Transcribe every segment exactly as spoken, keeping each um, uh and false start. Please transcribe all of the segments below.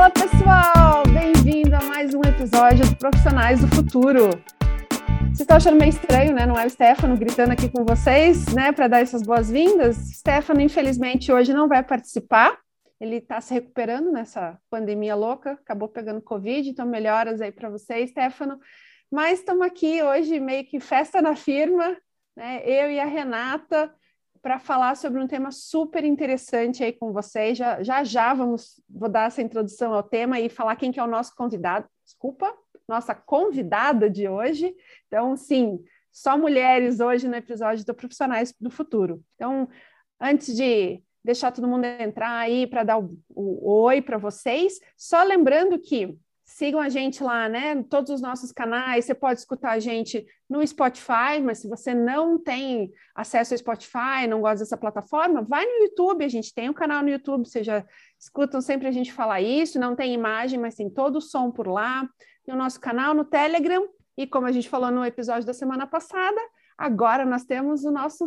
Fala, pessoal! Bem-vindo a mais um episódio do Profissionais do Futuro. Vocês estão achando meio estranho, né? Não é o Stefano gritando aqui com vocês, né? Para dar essas boas-vindas. Stefano, infelizmente, hoje não vai participar. Ele está se recuperando nessa pandemia louca, acabou pegando Covid, então melhoras aí para você, Stefano. Mas estamos aqui hoje meio que festa na firma, né? Eu e a Renata, para falar sobre um tema super interessante aí com vocês. Já, já já vamos, vou dar essa introdução ao tema e falar quem que é o nosso convidado, desculpa, nossa convidada de hoje. Então, sim, só mulheres hoje no episódio do Profissionais do Futuro. Então, antes de deixar todo mundo entrar aí para dar o, o, o oi para vocês, só lembrando que sigam a gente lá, né? Em todos os nossos canais. Você pode escutar a gente no Spotify, mas se você não tem acesso ao Spotify, não gosta dessa plataforma, vai no YouTube. A gente tem um canal no YouTube, vocês já escutam sempre a gente falar isso. Não tem imagem, mas tem todo o som por lá. Tem o nosso canal no Telegram. E como a gente falou no episódio da semana passada, agora nós temos o nosso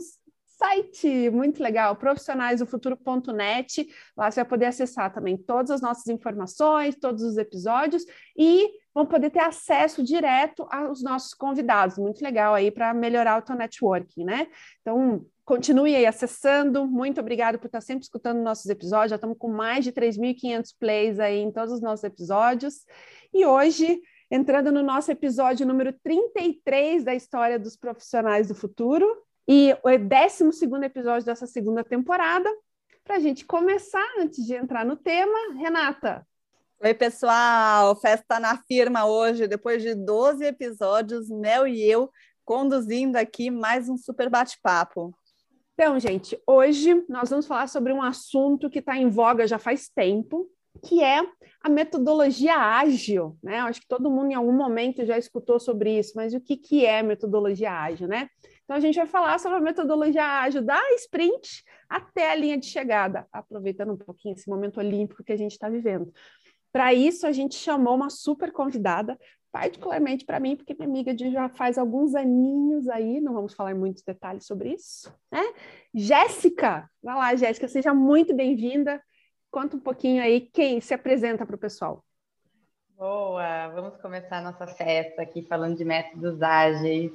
site, muito legal, profissionais do futuro ponto net. Lá você vai poder acessar também todas as nossas informações, todos os episódios e vão poder ter acesso direto aos nossos convidados. Muito legal aí para melhorar o teu networking, né? Então, continue aí acessando. Muito obrigado por estar sempre escutando nossos episódios. Já estamos com mais de três mil e quinhentos plays aí em todos os nossos episódios. E hoje, entrando no nosso episódio número trinta e três da história dos profissionais do futuro, e o décimo segundo episódio dessa segunda temporada. Para a gente começar, antes de entrar no tema, Renata. Oi, pessoal, festa na firma hoje, depois de doze episódios, Mel e eu conduzindo aqui mais um super bate-papo. Então, gente, hoje nós vamos falar sobre um assunto que está em voga já faz tempo, que é a metodologia ágil, né? Acho que todo mundo em algum momento já escutou sobre isso, mas o que, que é metodologia ágil, né? Então, a gente vai falar sobre a metodologia ágil da sprint até a linha de chegada, aproveitando um pouquinho esse momento olímpico que a gente está vivendo. Para isso, a gente chamou uma super convidada, particularmente para mim, porque minha amiga de já faz alguns aninhos aí, não vamos falar em muitos detalhes sobre isso, né? Jéssica, vai lá, Jéssica, seja muito bem-vinda. Conta um pouquinho aí, quem se apresenta para o pessoal. Boa, vamos começar a nossa festa aqui falando de métodos ágeis.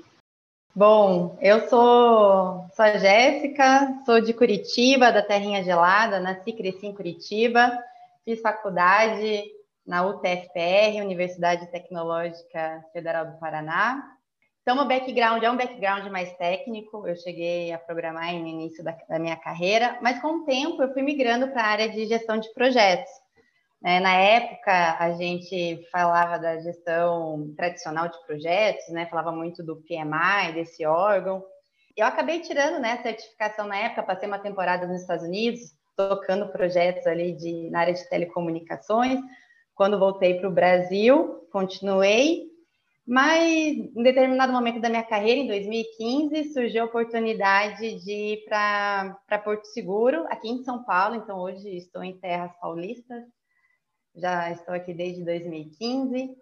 Bom, eu sou, sou a Jéssica, sou de Curitiba, da Terrinha Gelada, nasci e cresci em Curitiba, fiz faculdade na U T F P R, Universidade Tecnológica Federal do Paraná. Então, meu background é um background mais técnico, eu cheguei a programar no início da, da minha carreira, mas com o tempo eu fui migrando para a área de gestão de projetos. Na época, a gente falava da gestão tradicional de projetos, né? Falava muito do P M I, desse órgão. Eu acabei tirando, né, a certificação na época, passei uma temporada nos Estados Unidos, tocando projetos ali de, na área de telecomunicações. Quando voltei para o Brasil, continuei, mas em determinado momento da minha carreira, em dois mil e quinze, surgiu a oportunidade de ir para Porto Seguro, aqui em São Paulo. Então, hoje estou em terras paulistas. Já estou aqui desde dois mil e quinze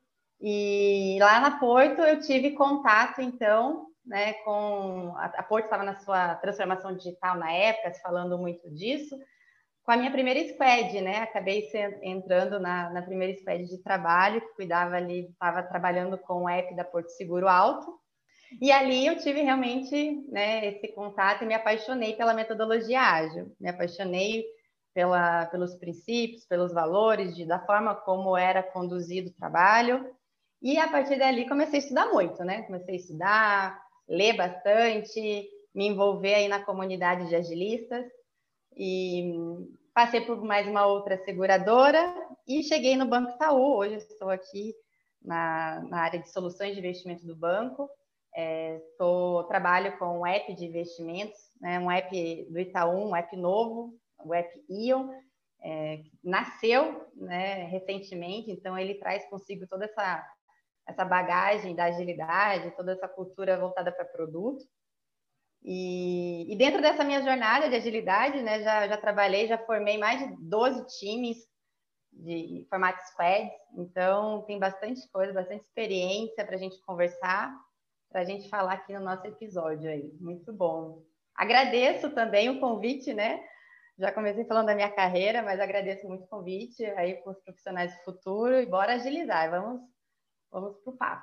e lá na Porto eu tive contato, então, né, com... A, a Porto estava na sua transformação digital na época, se falando muito disso, com a minha primeira squad, né? Acabei se, entrando na, na primeira squad de trabalho, que cuidava ali, estava trabalhando com o app da Porto Seguro Alto, e ali eu tive realmente, né, esse contato e me apaixonei pela metodologia ágil, me apaixonei Pela, pelos princípios, pelos valores, de, da forma como era conduzido o trabalho. E a partir dali comecei a estudar muito, né? Comecei a estudar, ler bastante, me envolver aí na comunidade de agilistas. E passei por mais uma outra seguradora e cheguei no Banco Itaú. Hoje estou aqui na, na área de soluções de investimento do banco. É, tô, trabalho com um app de investimentos, né? Um app do Itaú, um app novo, o app Ion, é, nasceu, né, recentemente, então ele traz consigo toda essa, essa bagagem da agilidade, toda essa cultura voltada para produto. E, e dentro dessa minha jornada de agilidade, né, já, já trabalhei, já formei mais de doze times de formato squads, então tem bastante coisa, bastante experiência para a gente conversar, para a gente falar aqui no nosso episódio aí. Muito bom. Agradeço também o convite, né? Já comecei falando da minha carreira, mas agradeço muito o convite aí para os profissionais do futuro e bora agilizar. Vamos, vamos para o papo.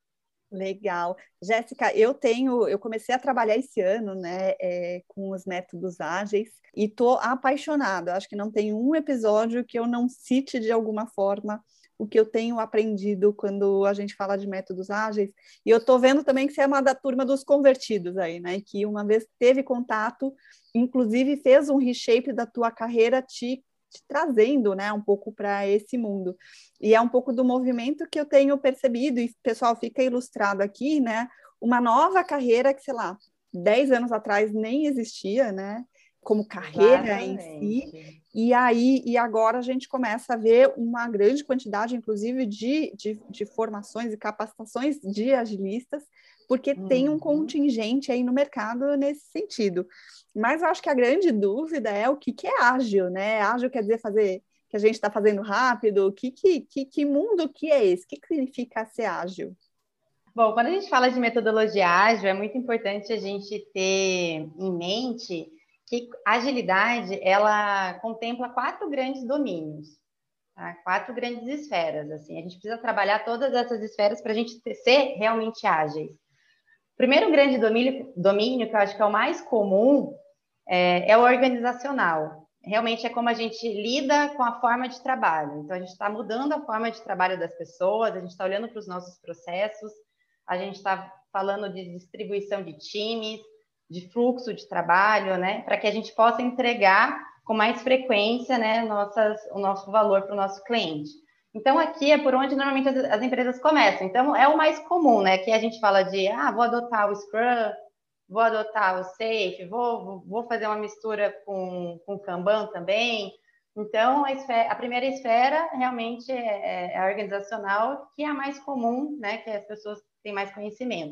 Legal. Jéssica, eu tenho, eu comecei a trabalhar esse ano, né, é, com os métodos ágeis e tô apaixonada. Acho que não tem um episódio que eu não cite de alguma forma o que eu tenho aprendido quando a gente fala de métodos ágeis. E eu tô vendo também que você é uma da turma dos convertidos aí, né, que uma vez teve contato, inclusive fez um reshape da tua carreira, te te trazendo, né, um pouco para esse mundo. E é um pouco do movimento que eu tenho percebido, e pessoal, fica ilustrado aqui, né, uma nova carreira que, sei lá, dez anos atrás nem existia, né, como carreira em si, e aí, e agora a gente começa a ver uma grande quantidade, inclusive, de, de, de formações e capacitações de agilistas, porque uhum. tem um contingente aí no mercado nesse sentido. Mas eu acho que a grande dúvida é o que, que é ágil, né? Ágil quer dizer fazer que a gente está fazendo rápido, o que, que, que, que mundo que é esse? O que, que significa ser ágil? Bom, quando a gente fala de metodologia ágil, é muito importante a gente ter em mente que a agilidade, ela contempla quatro grandes domínios, tá? Quatro grandes esferas, assim. A gente precisa trabalhar todas essas esferas para a gente ter, ser realmente ágeis. O primeiro grande domínio, domínio, que eu acho que é o mais comum, é, é o organizacional. Realmente é como a gente lida com a forma de trabalho. Então, a gente está mudando a forma de trabalho das pessoas, a gente está olhando para os nossos processos, a gente está falando de distribuição de times, de fluxo de trabalho, né, para que a gente possa entregar com mais frequência, né, nossas, o nosso valor para o nosso cliente. Então, aqui é por onde normalmente as, as empresas começam. Então, é o mais comum, né, que a gente fala de, ah, vou adotar o Scrum, vou adotar o Safe, vou, vou fazer uma mistura com, com Kanban também. Então, a, esfera, a primeira esfera realmente é, é a organizacional, que é a mais comum, né, que as pessoas têm mais conhecimento.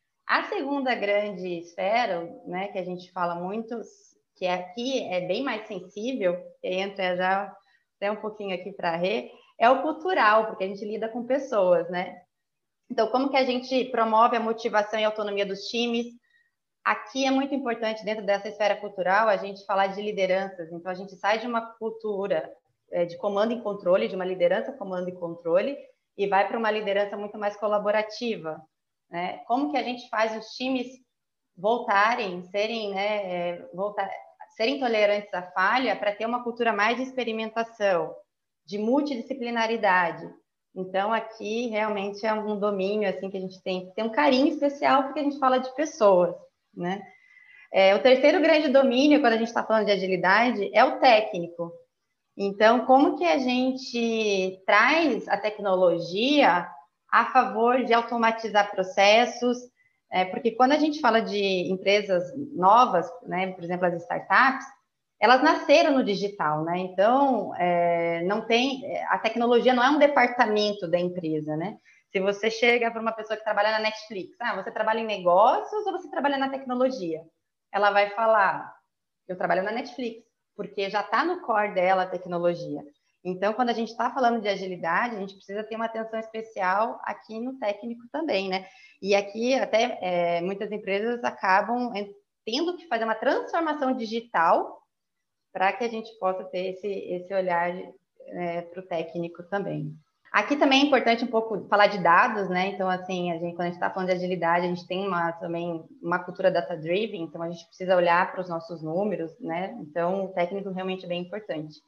A segunda grande esfera, né, que a gente fala muito, que aqui é bem mais sensível, que entra já até um pouquinho aqui para a Rê, é o cultural, porque a gente lida com pessoas, né? Então, como que a gente promove a motivação e a autonomia dos times? Aqui é muito importante, dentro dessa esfera cultural, a gente falar de lideranças. Então, a gente sai de uma cultura é, de comando e controle, de uma liderança comando e controle, e vai para uma liderança muito mais colaborativa, né? Como que a gente faz os times voltarem, serem, né, voltar, serem tolerantes à falha para ter uma cultura mais de experimentação, de multidisciplinaridade. Então, aqui realmente é um domínio assim, que a gente tem que ter um carinho especial, porque a gente fala de pessoas, né? É, o terceiro grande domínio, quando a gente está falando de agilidade, é o técnico. Então, como que a gente traz a tecnologia a favor de automatizar processos? É, porque quando a gente fala de empresas novas, né, por exemplo, as startups, elas nasceram no digital, né? Então, é, não tem, a tecnologia não é um departamento da empresa, né? Se você chega para uma pessoa que trabalha na Netflix, ah, você trabalha em negócios ou você trabalha na tecnologia? Ela vai falar, eu trabalho na Netflix, porque já está no core dela a tecnologia. Então, quando a gente está falando de agilidade, a gente precisa ter uma atenção especial aqui no técnico também, né? E aqui, até, é, muitas empresas acabam tendo que fazer uma transformação digital para que a gente possa ter esse, esse olhar é, para o técnico também. Aqui também é importante um pouco falar de dados, né? Então, assim, a gente, quando a gente está falando de agilidade, a gente tem uma, também uma cultura data-driven, então a gente precisa olhar para os nossos números, né? Então, o técnico realmente é bem importante.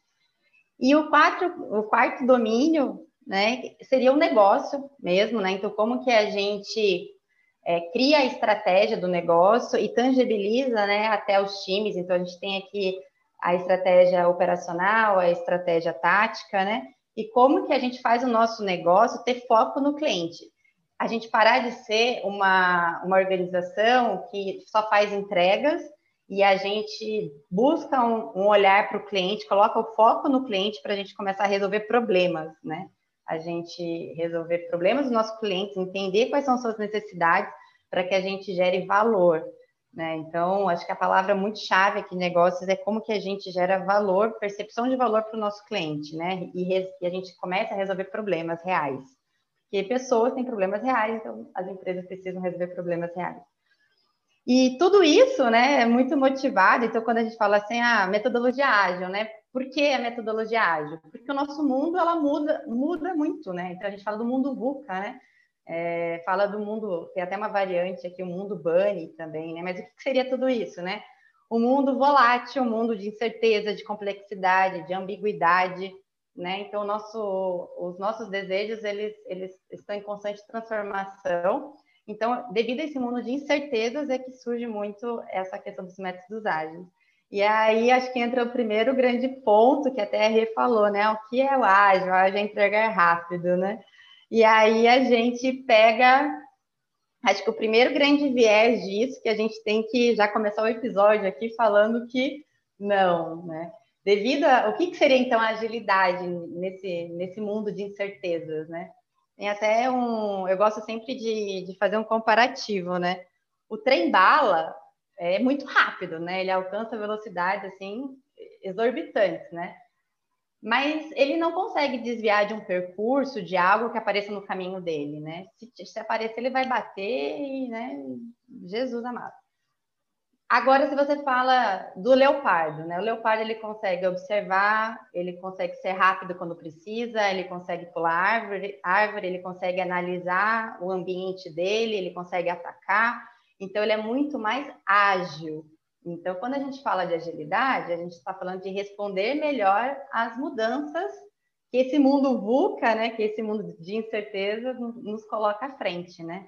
E o, quatro, o quarto domínio, né, seria o negócio mesmo, né? Então, como que a gente é, cria a estratégia do negócio e tangibiliza, né, até os times. Então, a gente tem aqui a estratégia operacional, a estratégia tática, né? E como que a gente faz o nosso negócio ter foco no cliente. A gente parar de ser uma, uma organização que só faz entregas e a gente busca um, um olhar para o cliente, coloca o foco no cliente para a gente começar a resolver problemas, né? A gente resolver problemas dos nossos clientes, entender quais são suas necessidades para que a gente gere valor, né? Então, acho que a palavra muito chave aqui em negócios é como que a gente gera valor, percepção de valor para o nosso cliente, né? E, res, e a gente começa a resolver problemas reais. Porque pessoas têm problemas reais, então as empresas precisam resolver problemas reais. E tudo isso, né, é muito motivado. Então, quando a gente fala assim, ah, metodologia ágil, né? Por que a metodologia ágil? Porque o nosso mundo, ela muda, muda muito, né? Então, a gente fala do mundo VUCA, né? É, fala do mundo, tem até uma variante aqui, o mundo Bunny também, né? Mas o que seria tudo isso, né? O mundo volátil, o mundo de incerteza, de complexidade, de ambiguidade, né? Então, nosso, os nossos desejos, eles, eles estão em constante transformação. Então, devido a esse mundo de incertezas, é que surge muito essa questão dos métodos ágeis. E aí, acho que entra o primeiro grande ponto, que até a Rê falou, né? O que é o ágil? O ágil é entregar rápido, né? E aí, a gente pega... Acho que o primeiro grande viés disso, que a gente tem que já começar o episódio aqui falando que não, né? Devido a... O que, que seria, então, a agilidade nesse, nesse mundo de incertezas, né? Tem até um... Eu gosto sempre de, de fazer um comparativo, né? O trem-bala é muito rápido, né? Ele alcança velocidades, assim, exorbitantes, né? Mas ele não consegue desviar de um percurso, de algo que apareça no caminho dele, né? Se, se aparecer, ele vai bater e, né? Jesus amado. Agora, se você fala do leopardo, né? O leopardo, ele consegue observar, ele consegue ser rápido quando precisa, ele consegue pular árvore, árvore, ele consegue analisar o ambiente dele, ele consegue atacar. Então, ele é muito mais ágil. Então, quando a gente fala de agilidade, a gente está falando de responder melhor às mudanças que esse mundo VUCA, né? Que esse mundo de incerteza nos coloca à frente, né?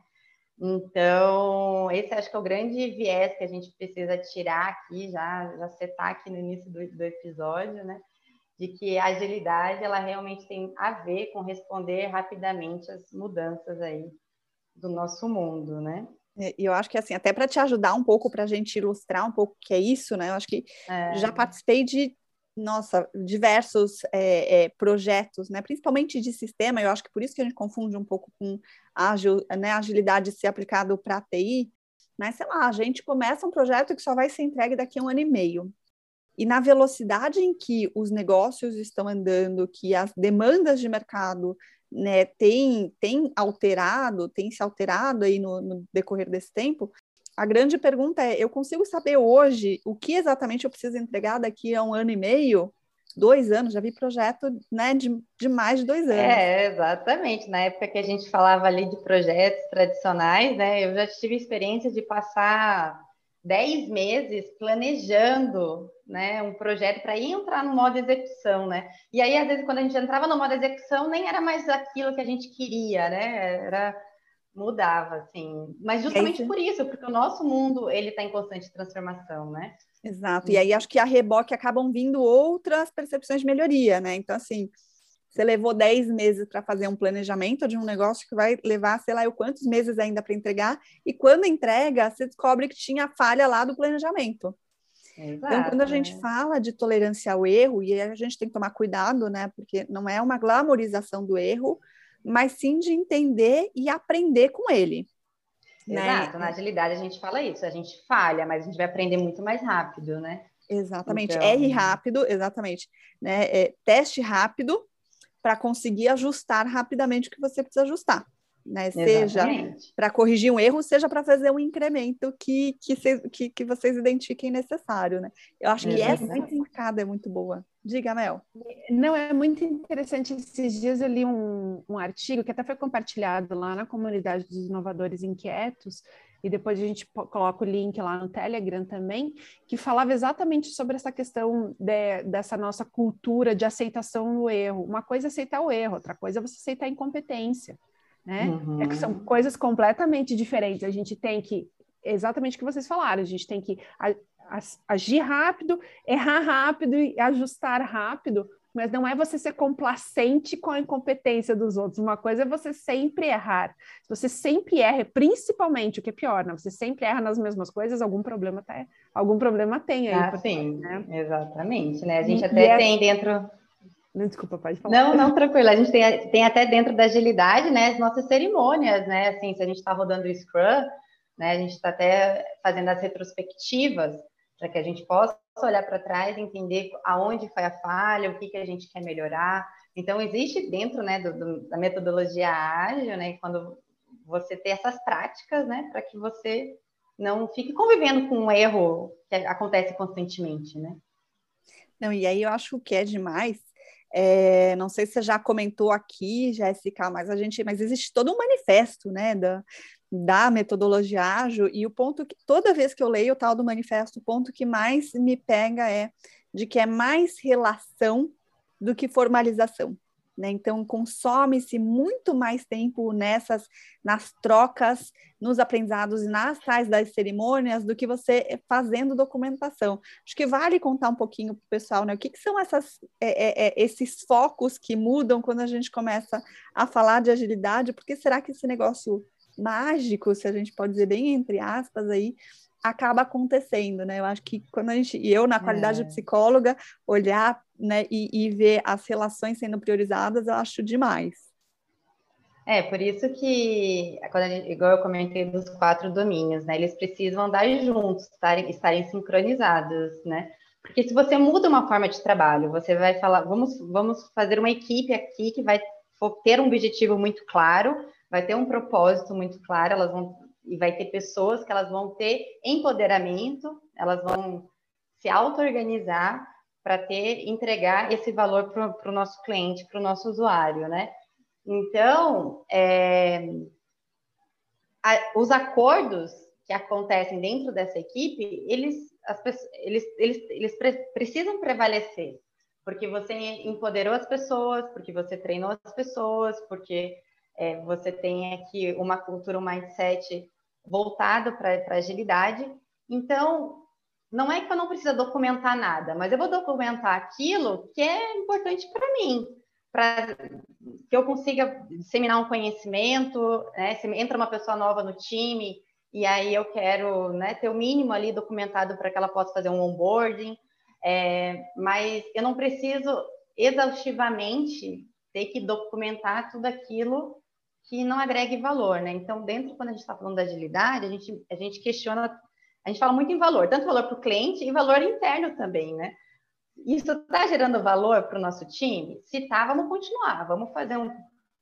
Então, esse acho que é o grande viés que a gente precisa tirar aqui, já, já setar aqui no início do, do episódio, né? De que a agilidade, ela realmente tem a ver com responder rapidamente às mudanças aí do nosso mundo, né? E eu acho que, assim, até para te ajudar um pouco, para a gente ilustrar um pouco o que é isso, né? Eu acho que É. já participei de, nossa, diversos é, é, projetos, né? Principalmente de sistema, eu acho que por isso que a gente confunde um pouco com ágil, né? Agilidade ser aplicado para a T I, mas, sei lá, a gente começa um projeto que só vai ser entregue daqui a um ano e meio. E na velocidade em que os negócios estão andando, que as demandas de mercado, né, tem, tem alterado, tem se alterado aí no, no decorrer desse tempo, a grande pergunta é, eu consigo saber hoje o que exatamente eu preciso entregar daqui a um ano e meio, dois anos? Já vi projeto, né, de, de mais de dois anos. É, exatamente. Na época que a gente falava ali de projetos tradicionais, né, eu já tive experiência de passar dez meses planejando, né, um projeto para ir entrar no modo execução, né? E aí, às vezes, quando a gente entrava no modo execução, nem era mais aquilo que a gente queria, né? Era, mudava, assim. Mas justamente aí, por isso, porque o nosso mundo, ele está em constante transformação, né? Exato. E aí acho que a reboque acabam vindo outras percepções de melhoria, né? Então, assim, você levou dez meses para fazer um planejamento de um negócio que vai levar, sei lá, eu quantos meses ainda para entregar, e quando entrega, você descobre que tinha falha lá do planejamento. Exato, então, quando a né? gente fala de tolerância ao erro, e a gente tem que tomar cuidado, né? Porque não é uma glamorização do erro, mas sim de entender e aprender com ele. Exato, Né? na agilidade a gente fala isso, a gente falha, mas a gente vai aprender muito mais rápido, né? Exatamente, Então... erre rápido, exatamente, né? É, teste rápido, para conseguir ajustar rapidamente o que você precisa ajustar, né? Seja para corrigir um erro, seja para fazer um incremento que, que, cês, que, que vocês identifiquem necessário, né? Eu acho que Exatamente. essa sacada é muito boa. Diga, Mel. Não, é muito interessante. Esses dias eu li um, um artigo que até foi compartilhado lá na comunidade dos inovadores inquietos, e depois a gente coloca o link lá no Telegram também, que falava exatamente sobre essa questão de, dessa nossa cultura de aceitação no erro. Uma coisa é aceitar o erro, outra coisa é você aceitar a incompetência, né? Uhum. É que são coisas completamente diferentes. A gente tem que, exatamente o que vocês falaram, a gente tem que agir rápido, errar rápido e ajustar rápido, mas não é você ser complacente com a incompetência dos outros. Uma coisa é você sempre errar. Se você sempre erra, principalmente, o que é pior, né? Você sempre erra nas mesmas coisas, algum problema, tá, algum problema tem aí. Ah, porque, sim, né? exatamente, né? A gente E, até e tem é... dentro... Não, desculpa, pode falar. Não, não, tranquilo. A gente tem, tem até dentro da agilidade, né, as nossas cerimônias, né? Assim, se a gente está rodando o Scrum, né, a gente está até fazendo as retrospectivas para que a gente possa olhar para trás e entender aonde foi a falha, o que, que a gente quer melhorar. Então, existe dentro, né, do, do, da metodologia ágil, né, quando você tem essas práticas, né, para que você não fique convivendo com um erro que acontece constantemente, né? Não, e aí eu acho que é demais. É, não sei se você já comentou aqui, Jéssica, mas a gente, mas existe todo um manifesto, né, da, da metodologia ágil, e o ponto que toda vez que eu leio o tal do manifesto, o ponto que mais me pega é de que é mais relação do que formalização. Né? Então, consome-se muito mais tempo nessas, nas trocas, nos aprendizados e nas tais das cerimônias do que você fazendo documentação. Acho que vale contar um pouquinho para o pessoal, né? O que, que são essas, é, é, esses focos que mudam quando a gente começa a falar de agilidade? Por que será que esse negócio mágico, se a gente pode dizer bem entre aspas aí, acaba acontecendo, né? Eu acho que quando a gente, e eu na qualidade é. de psicóloga, olhar, né, e, e ver as relações sendo priorizadas, eu acho demais. É, por isso que, quando a gente, igual eu comentei dos quatro domínios, né? Eles precisam andar juntos, estarem, estarem sincronizados, né? Porque se você muda uma forma de trabalho, você vai falar, vamos, vamos fazer uma equipe aqui que vai ter um objetivo muito claro, vai ter um propósito muito claro, elas vão e vai ter pessoas que elas vão ter empoderamento, elas vão se auto-organizar para ter, entregar esse valor para o nosso cliente, para o nosso usuário, né? Então, é, a, os acordos que acontecem dentro dessa equipe, eles, as, eles, eles, eles pre, precisam prevalecer, porque você empoderou as pessoas, porque você treinou as pessoas, porque É, você tem aqui uma cultura, um mindset voltado para a agilidade. Então, não é que eu não preciso documentar nada, mas eu vou documentar aquilo que é importante para mim, para que eu consiga disseminar um conhecimento, né? Se entra uma pessoa nova no time e aí eu quero, né, ter o mínimo ali documentado para que ela possa fazer um onboarding, é, mas eu não preciso exaustivamente ter que documentar tudo aquilo que não agregue valor, né? Então, dentro, quando a gente está falando da agilidade, a gente, a gente questiona, a gente fala muito em valor, tanto valor para o cliente e valor interno também, né? Isso está gerando valor para o nosso time? Se está, vamos continuar, vamos fazer um,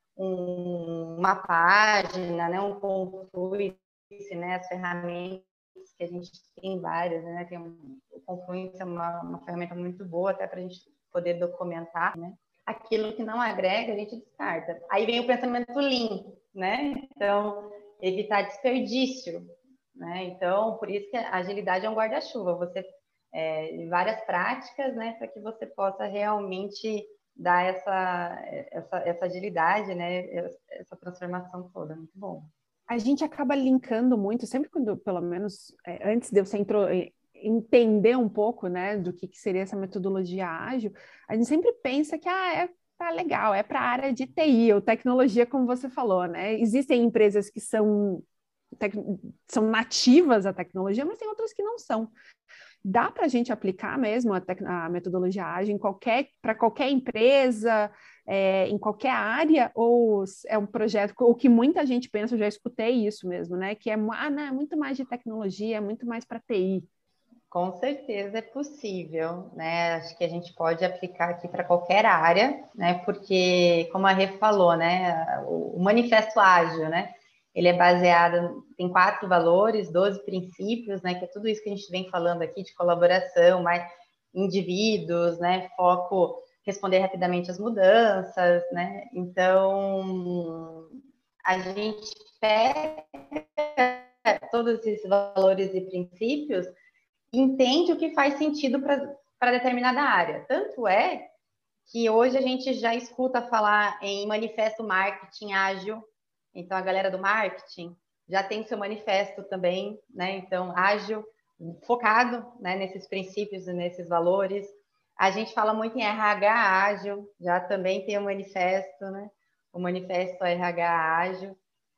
um, uma página, né? Um Confluence, né? As ferramentas que a gente tem várias, né? Tem um, o Confluence é uma, uma ferramenta muito boa até para a gente poder documentar, né? Aquilo que não agrega, a gente descarta. Aí vem o pensamento lean, né? Então, evitar desperdício, né? Então, por isso que a agilidade é um guarda-chuva. Você, é, várias práticas, né? Para que você possa realmente dar essa, essa, essa agilidade, né? Essa transformação toda. Muito bom. A gente acaba linkando muito, sempre quando, pelo menos, é, antes de você entrou... entender um pouco, né, do que, que seria essa metodologia ágil, a gente sempre pensa que ah, é tá legal, é para a área de T I ou tecnologia, como você falou, né? Existem empresas que são, tec... são nativas à tecnologia, mas tem outras que não são. Dá para a gente aplicar mesmo a, tec... a metodologia ágil em qualquer, para qualquer empresa, é, em qualquer área, ou é um projeto, o que muita gente pensa, eu já escutei isso mesmo, né? Que é, ah, não, é muito mais de tecnologia, é muito mais para T I. Com certeza é possível, né? Acho que a gente pode aplicar aqui para qualquer área, né? Porque, como a Rê falou, né? O manifesto ágil, né? Ele é baseado em quatro valores, doze princípios, né? Que é tudo isso que a gente vem falando aqui de colaboração, mais indivíduos, né? Foco, responder rapidamente às mudanças, né? Então, a gente pega todos esses valores e princípios, entende o que faz sentido para determinada área. Tanto é que hoje a gente já escuta falar em manifesto marketing ágil. Então, a galera do marketing já tem seu manifesto também, né? Então, ágil, focado, né, nesses princípios e nesses valores. A gente fala muito em R H ágil, já também tem o manifesto, né? O manifesto R H ágil.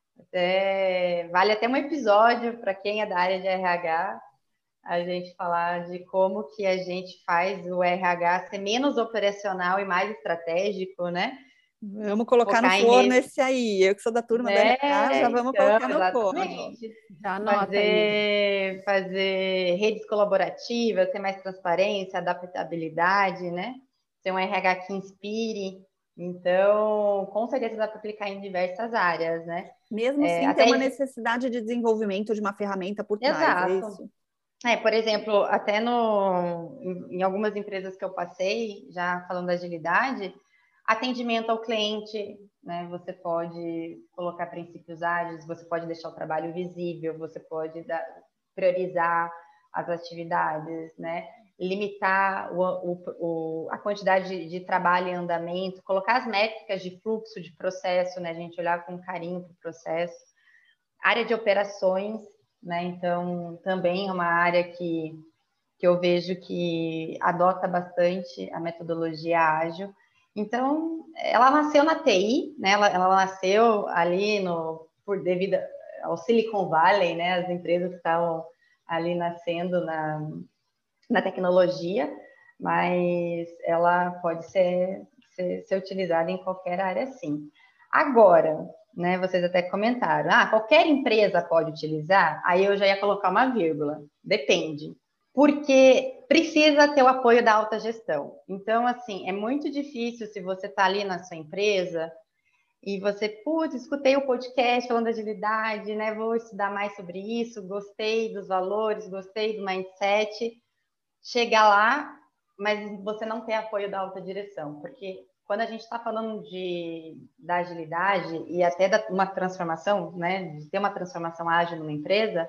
Até, vale até um episódio para quem é da área de R H, a gente falar de como que a gente faz o R H ser menos operacional e mais estratégico, né? Vamos colocar Focar no forno redes... esse aí. Eu que sou da turma é, da R H, já vamos então, colocar no forno. Já anota fazer, aí. fazer redes colaborativas, ter mais transparência, adaptabilidade, né? Ser um R H que inspire. Então, com certeza dá para aplicar em diversas áreas, né? Mesmo é, sem ter uma necessidade de desenvolvimento de uma ferramenta por trás, Exato. é isso? É, por exemplo, até no, em, em algumas empresas que eu passei, já falando da agilidade, atendimento ao cliente, né? Você pode colocar princípios ágeis, você pode deixar o trabalho visível, você pode dar, priorizar as atividades, né? Limitar o, o, o, a quantidade de, de trabalho em andamento, colocar as métricas de fluxo, de processo, né? A gente olhar com carinho para o processo. Área de operações, né? Então, também é uma área que, que eu vejo que adota bastante a metodologia ágil. Então, ela nasceu na T I, né? Ela, ela nasceu ali no, por devido ao Silicon Valley, né? As empresas que estavam ali nascendo na, na tecnologia, mas ela pode ser, ser, ser utilizada em qualquer área, sim. Agora, né, vocês até comentaram, ah, qualquer empresa pode utilizar? Aí eu já ia colocar uma vírgula, depende. Porque precisa ter o apoio da alta gestão. Então, assim, é muito difícil se você está ali na sua empresa e você, putz, escutei o podcast falando de agilidade, né? Vou estudar mais sobre isso, gostei dos valores, gostei do mindset. Chegar lá, mas você não tem apoio da alta direção, porque quando a gente está falando de, da agilidade e até da uma transformação, né, de ter uma transformação ágil numa empresa,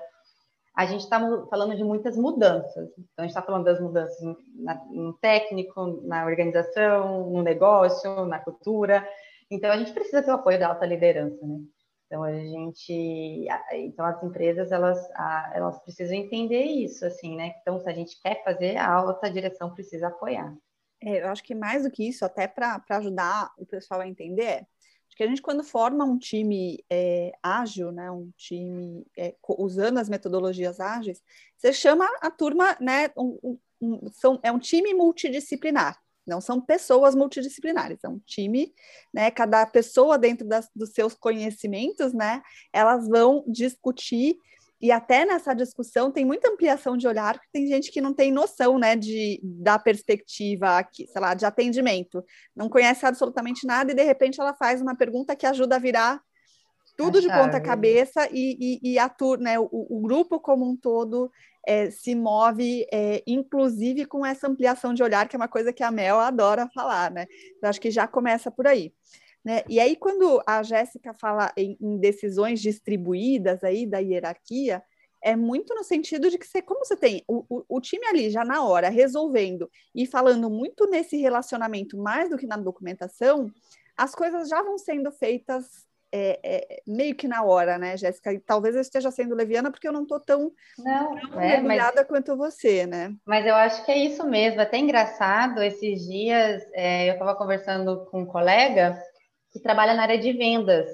a gente está falando de muitas mudanças. Então, a gente está falando das mudanças na, no técnico, na organização, no negócio, na cultura. Então, a gente precisa ter o apoio da alta liderança, né? Então, a gente... Então, as empresas, elas, elas precisam entender isso, assim, né? Então, se a gente quer fazer, a alta direção precisa apoiar. É, eu acho que mais do que isso, até para ajudar o pessoal a entender, é acho que a gente, quando forma um time é, ágil, né, um time é, usando as metodologias ágeis, você chama a turma, né, um, um, são, é um time multidisciplinar, não são pessoas multidisciplinares, é um time, né, cada pessoa dentro das, dos seus conhecimentos, né, elas vão discutir. E até nessa discussão tem muita ampliação de olhar, porque tem gente que não tem noção, né, de, da perspectiva aqui, sei lá, de atendimento. Não conhece absolutamente nada e, de repente, ela faz uma pergunta que ajuda a virar tudo de ponta cabeça e, e, e a tur, né, o, o grupo como um todo é, se move, é, inclusive com essa ampliação de olhar, que é uma coisa que a Mel adora falar, né? Eu acho que já começa por aí. Né? E aí, quando a Jéssica fala em, em decisões distribuídas aí da hierarquia, é muito no sentido de que você, como você tem o, o, o time ali já na hora, resolvendo e falando muito nesse relacionamento mais do que na documentação, as coisas já vão sendo feitas é, é, meio que na hora, né, Jéssica? E talvez eu esteja sendo leviana porque eu não estou tão, não, tão é, mergulhada mas... quanto você, né? Mas eu acho que é isso mesmo. Até engraçado, esses dias é, eu estava conversando com um colega que trabalha na área de vendas.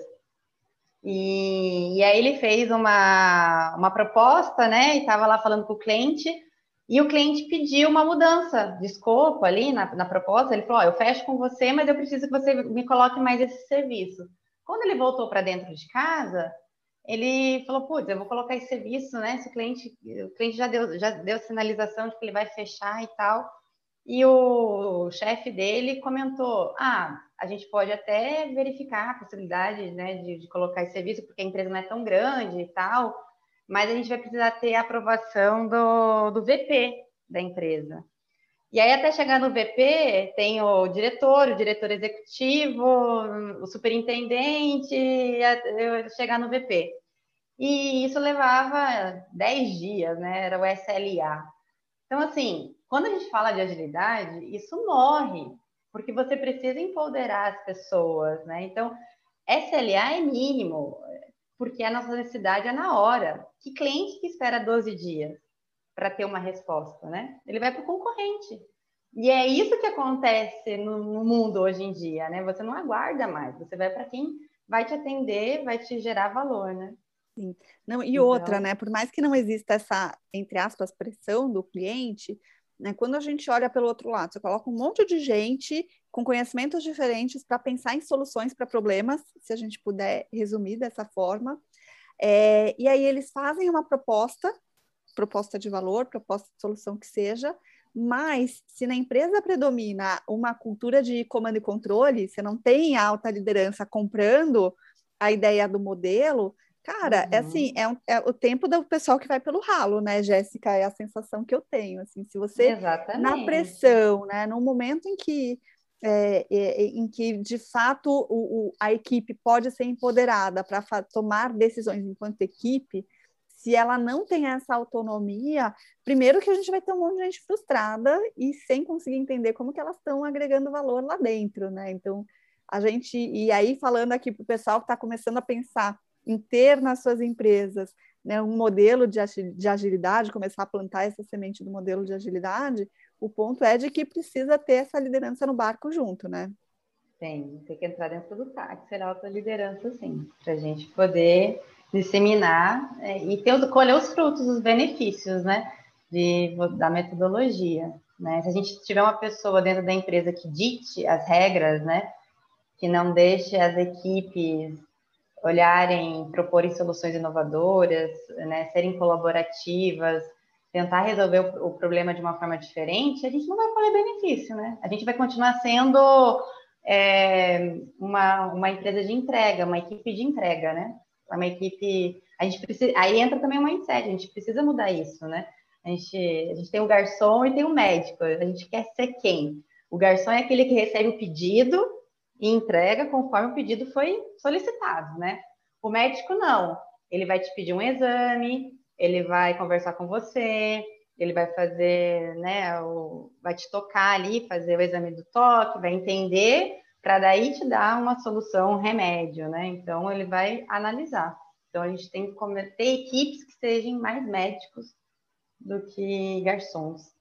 E, e aí ele fez uma, uma proposta, né? E estava lá falando com o cliente, e o cliente pediu uma mudança de escopo ali na, na proposta. Ele falou: oh, eu fecho com você, mas eu preciso que você me coloque mais esse serviço. Quando ele voltou para dentro de casa, ele falou: putz, eu vou colocar esse serviço, né? Se o cliente, o cliente já deu, já deu sinalização de que ele vai fechar e tal. E o chefe dele comentou: ah, a gente pode até verificar a possibilidade, né, de, de colocar esse serviço, porque a empresa não é tão grande e tal, mas a gente vai precisar ter a aprovação do, do V P da empresa. E aí, até chegar no V P, tem o diretor, o diretor executivo, o superintendente, e chegar no V P. E isso levava dez dias, né? Era o S L A. Então, assim, quando a gente fala de agilidade, isso morre, porque você precisa empoderar as pessoas, né? Então, S L A é mínimo, porque a nossa necessidade é na hora. Que cliente que espera doze dias para ter uma resposta, né? Ele vai para o concorrente. E é isso que acontece no, no mundo hoje em dia, né? Você não aguarda mais, você vai para quem vai te atender, vai te gerar valor, né? Sim. Não, e então... outra, né? Por mais que não exista essa, entre aspas, pressão do cliente, né, quando a gente olha pelo outro lado, você coloca um monte de gente com conhecimentos diferentes para pensar em soluções para problemas, se a gente puder resumir dessa forma, é, e aí eles fazem uma proposta, proposta de valor, proposta de solução que seja, Mas, se na empresa predomina uma cultura de comando e controle, você não tem alta liderança comprando a ideia do modelo, cara, uhum. é assim, é, um, é o tempo do pessoal que vai pelo ralo, né, Jéssica? É a sensação que eu tenho, assim, se você, Exatamente. na pressão, né, no momento em que, é, é, em que de fato, o, o, a equipe pode ser empoderada para tomar decisões enquanto equipe, se ela não tem essa autonomia, primeiro que a gente vai ter um monte de gente frustrada e sem conseguir entender como que elas estão agregando valor lá dentro, né? Então, a gente... E aí, falando aqui para o pessoal que está começando a pensar em ter nas suas empresas, né, um modelo de agilidade, começar a plantar essa semente do modelo de agilidade, o ponto é de que precisa ter essa liderança no barco junto, né? Tem, tem que entrar dentro do táxi, ser alta liderança, sim, para a gente poder disseminar é, e ter, colher os frutos, os benefícios, né, de, da metodologia, né? Se a gente tiver uma pessoa dentro da empresa que dite as regras, né, que não deixe as equipes olharem, proporem soluções inovadoras, né, serem colaborativas, tentar resolver o, o problema de uma forma diferente, a gente não vai colher benefício, né? A gente vai continuar sendo é, uma, uma empresa de entrega, uma equipe de entrega, né? Uma equipe... A gente precisa, aí entra também o mindset, a gente precisa mudar isso, né? A gente, a gente tem o garçom e tem o médico, a gente quer ser quem? O garçom é aquele que recebe o pedido e entrega conforme o pedido foi solicitado, né? O médico não, ele vai te pedir um exame, ele vai conversar com você, ele vai fazer, né, o, vai te tocar ali, fazer o exame do toque, vai entender, para daí te dar uma solução, um remédio, né? Então, ele vai analisar. Então, a gente tem que ter equipes que sejam mais médicos do que garçons.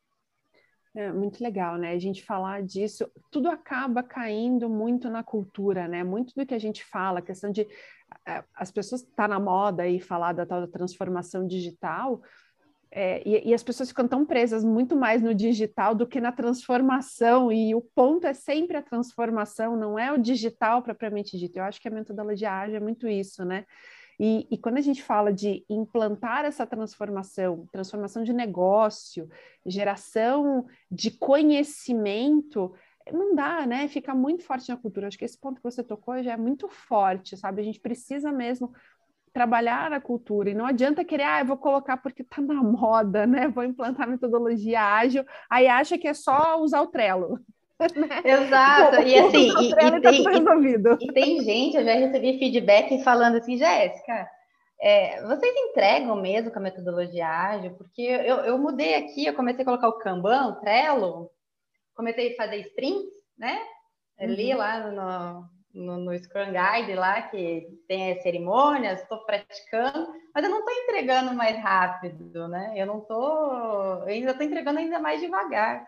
É muito legal, né? A gente falar disso, tudo acaba caindo muito na cultura, né? Muito do que a gente fala, a questão de as pessoas tá na moda aí falar da tal da transformação digital, é, e, e as pessoas ficam tão presas muito mais no digital do que na transformação, e o ponto é sempre a transformação, não é o digital propriamente dito. Eu acho que a metodologia ágil é muito isso, né? E, e quando a gente fala de implantar essa transformação, transformação de negócio, geração de conhecimento, não dá, né? Fica muito forte na cultura. Acho que esse ponto que você tocou já é muito forte, sabe? A gente precisa mesmo trabalhar a cultura, e não adianta querer, ah, eu vou colocar porque tá na moda, né? Vou implantar metodologia ágil, aí acha que é só usar o Trello. Né? Exato, e assim, e, e, tá tem, resolvido. E, e tem gente, eu já recebi feedback falando assim, Jéssica, é, vocês entregam mesmo com a metodologia ágil? Porque eu, eu mudei aqui, eu comecei a colocar o Kanban, o Trello, comecei a fazer sprints, né? Ali uhum. lá no, no, no Scrum Guide lá, que tem as cerimônias, estou praticando, mas eu não estou entregando mais rápido, né? Eu não estou, eu ainda estou entregando ainda mais devagar.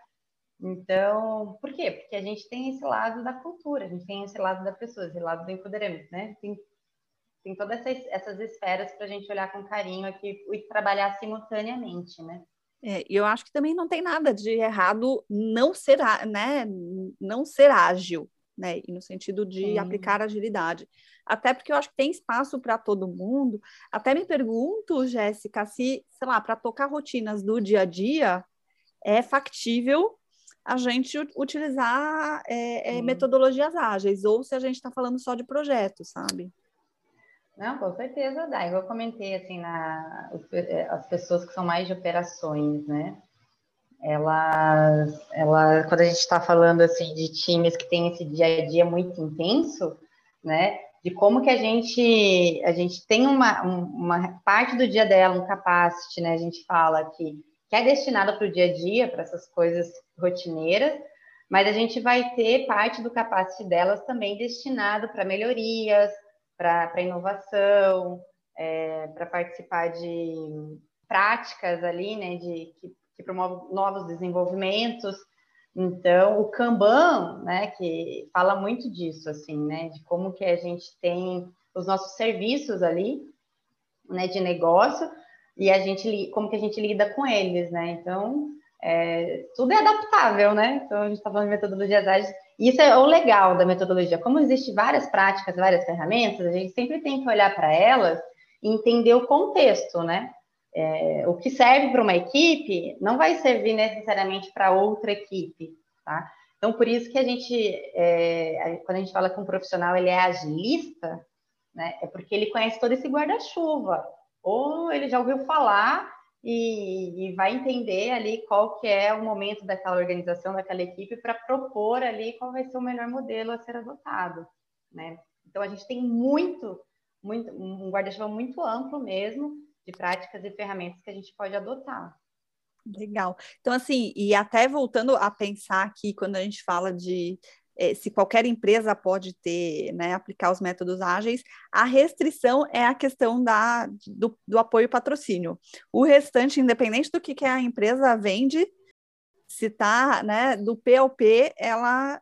Então, por quê? Porque a gente tem esse lado da cultura, a gente tem esse lado da pessoa, esse lado do empoderamento, né? Tem, tem todas essas, essas esferas para a gente olhar com carinho aqui e trabalhar simultaneamente, né? É, eu acho que também não tem nada de errado não ser, né, não ser ágil, né, e no sentido de Sim. aplicar agilidade. Até porque eu acho que tem espaço para todo mundo. Até me pergunto, Jéssica, se, sei lá, para tocar rotinas do dia a dia, é factível a gente utilizar é, é, metodologias ágeis, ou se a gente está falando só de projetos, sabe? Não, com certeza dá. Eu comentei assim, na, as pessoas que são mais de operações, né? Elas, ela, quando a gente está falando assim de times que têm esse dia a dia muito intenso, né? De como que a gente, a gente tem uma, uma parte do dia dela, um capacity, né? A gente fala que que é destinada para o dia a dia, para essas coisas rotineiras, mas a gente vai ter parte do capacity delas também destinado para melhorias, para inovação, é, para participar de práticas ali, né, de, que, que promovem novos desenvolvimentos. Então, o Kanban, né, que fala muito disso, assim, né, de como que a gente tem os nossos serviços ali, né, de negócio, e a gente, como que a gente lida com eles, né? Então, é, tudo é adaptável, né? Então, a gente está falando de metodologias ágeis, e isso é o legal da metodologia. Como existem várias práticas, várias ferramentas, a gente sempre tem que olhar para elas e entender o contexto, né? é, o que serve para uma equipe não vai servir necessariamente para outra equipe, tá? Então, por isso que a gente, é, quando a gente fala que um profissional ele é agilista, né, é porque ele conhece todo esse guarda-chuva, ou ele já ouviu falar e, e vai entender ali qual que é o momento daquela organização, daquela equipe, para propor ali qual vai ser o melhor modelo a ser adotado, né? Então, a gente tem muito, muito um guarda-chuva muito amplo mesmo de práticas e ferramentas que a gente pode adotar. Legal. Então, assim, e até voltando a pensar aqui, quando a gente fala de eh, se qualquer empresa pode ter, né, aplicar os métodos ágeis, a restrição é a questão da, do, do apoio e patrocínio. O restante, independente do que, que a empresa vende, se está, né, do P ao P, ela,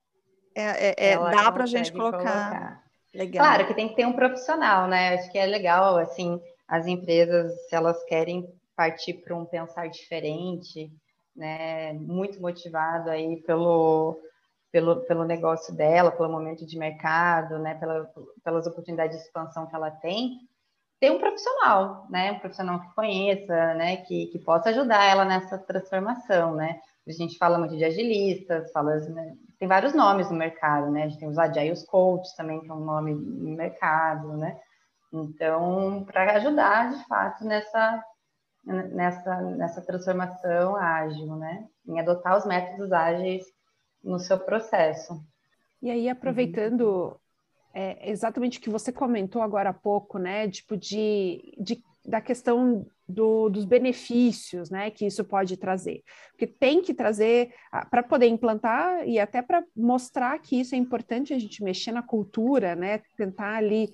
é, é, ela dá para a gente colocar. colocar. Legal. Claro que tem que ter um profissional, né? Acho que é legal, assim, as empresas, se elas querem partir para um pensar diferente, né, muito motivado aí pelo, pelo, pelo negócio dela, pelo momento de mercado, né, pela, pelas oportunidades de expansão que ela tem, ter um profissional, né, um profissional que conheça, né, que, que possa ajudar ela nessa transformação, né. A gente fala muito de agilistas, fala, né, tem vários nomes no mercado, né, a gente tem os Agile Coaches também, que é um nome no mercado, né, então, para ajudar, de fato, nessa nessa, nessa transformação ágil, né? Em adotar os métodos ágeis no seu processo. E aí, aproveitando é, exatamente o que você comentou agora há pouco, né? Tipo, de, de, da questão do, dos benefícios, né? Que isso pode trazer. Porque tem que trazer, para poder implantar e até para mostrar que isso é importante a gente mexer na cultura, né? Tentar ali...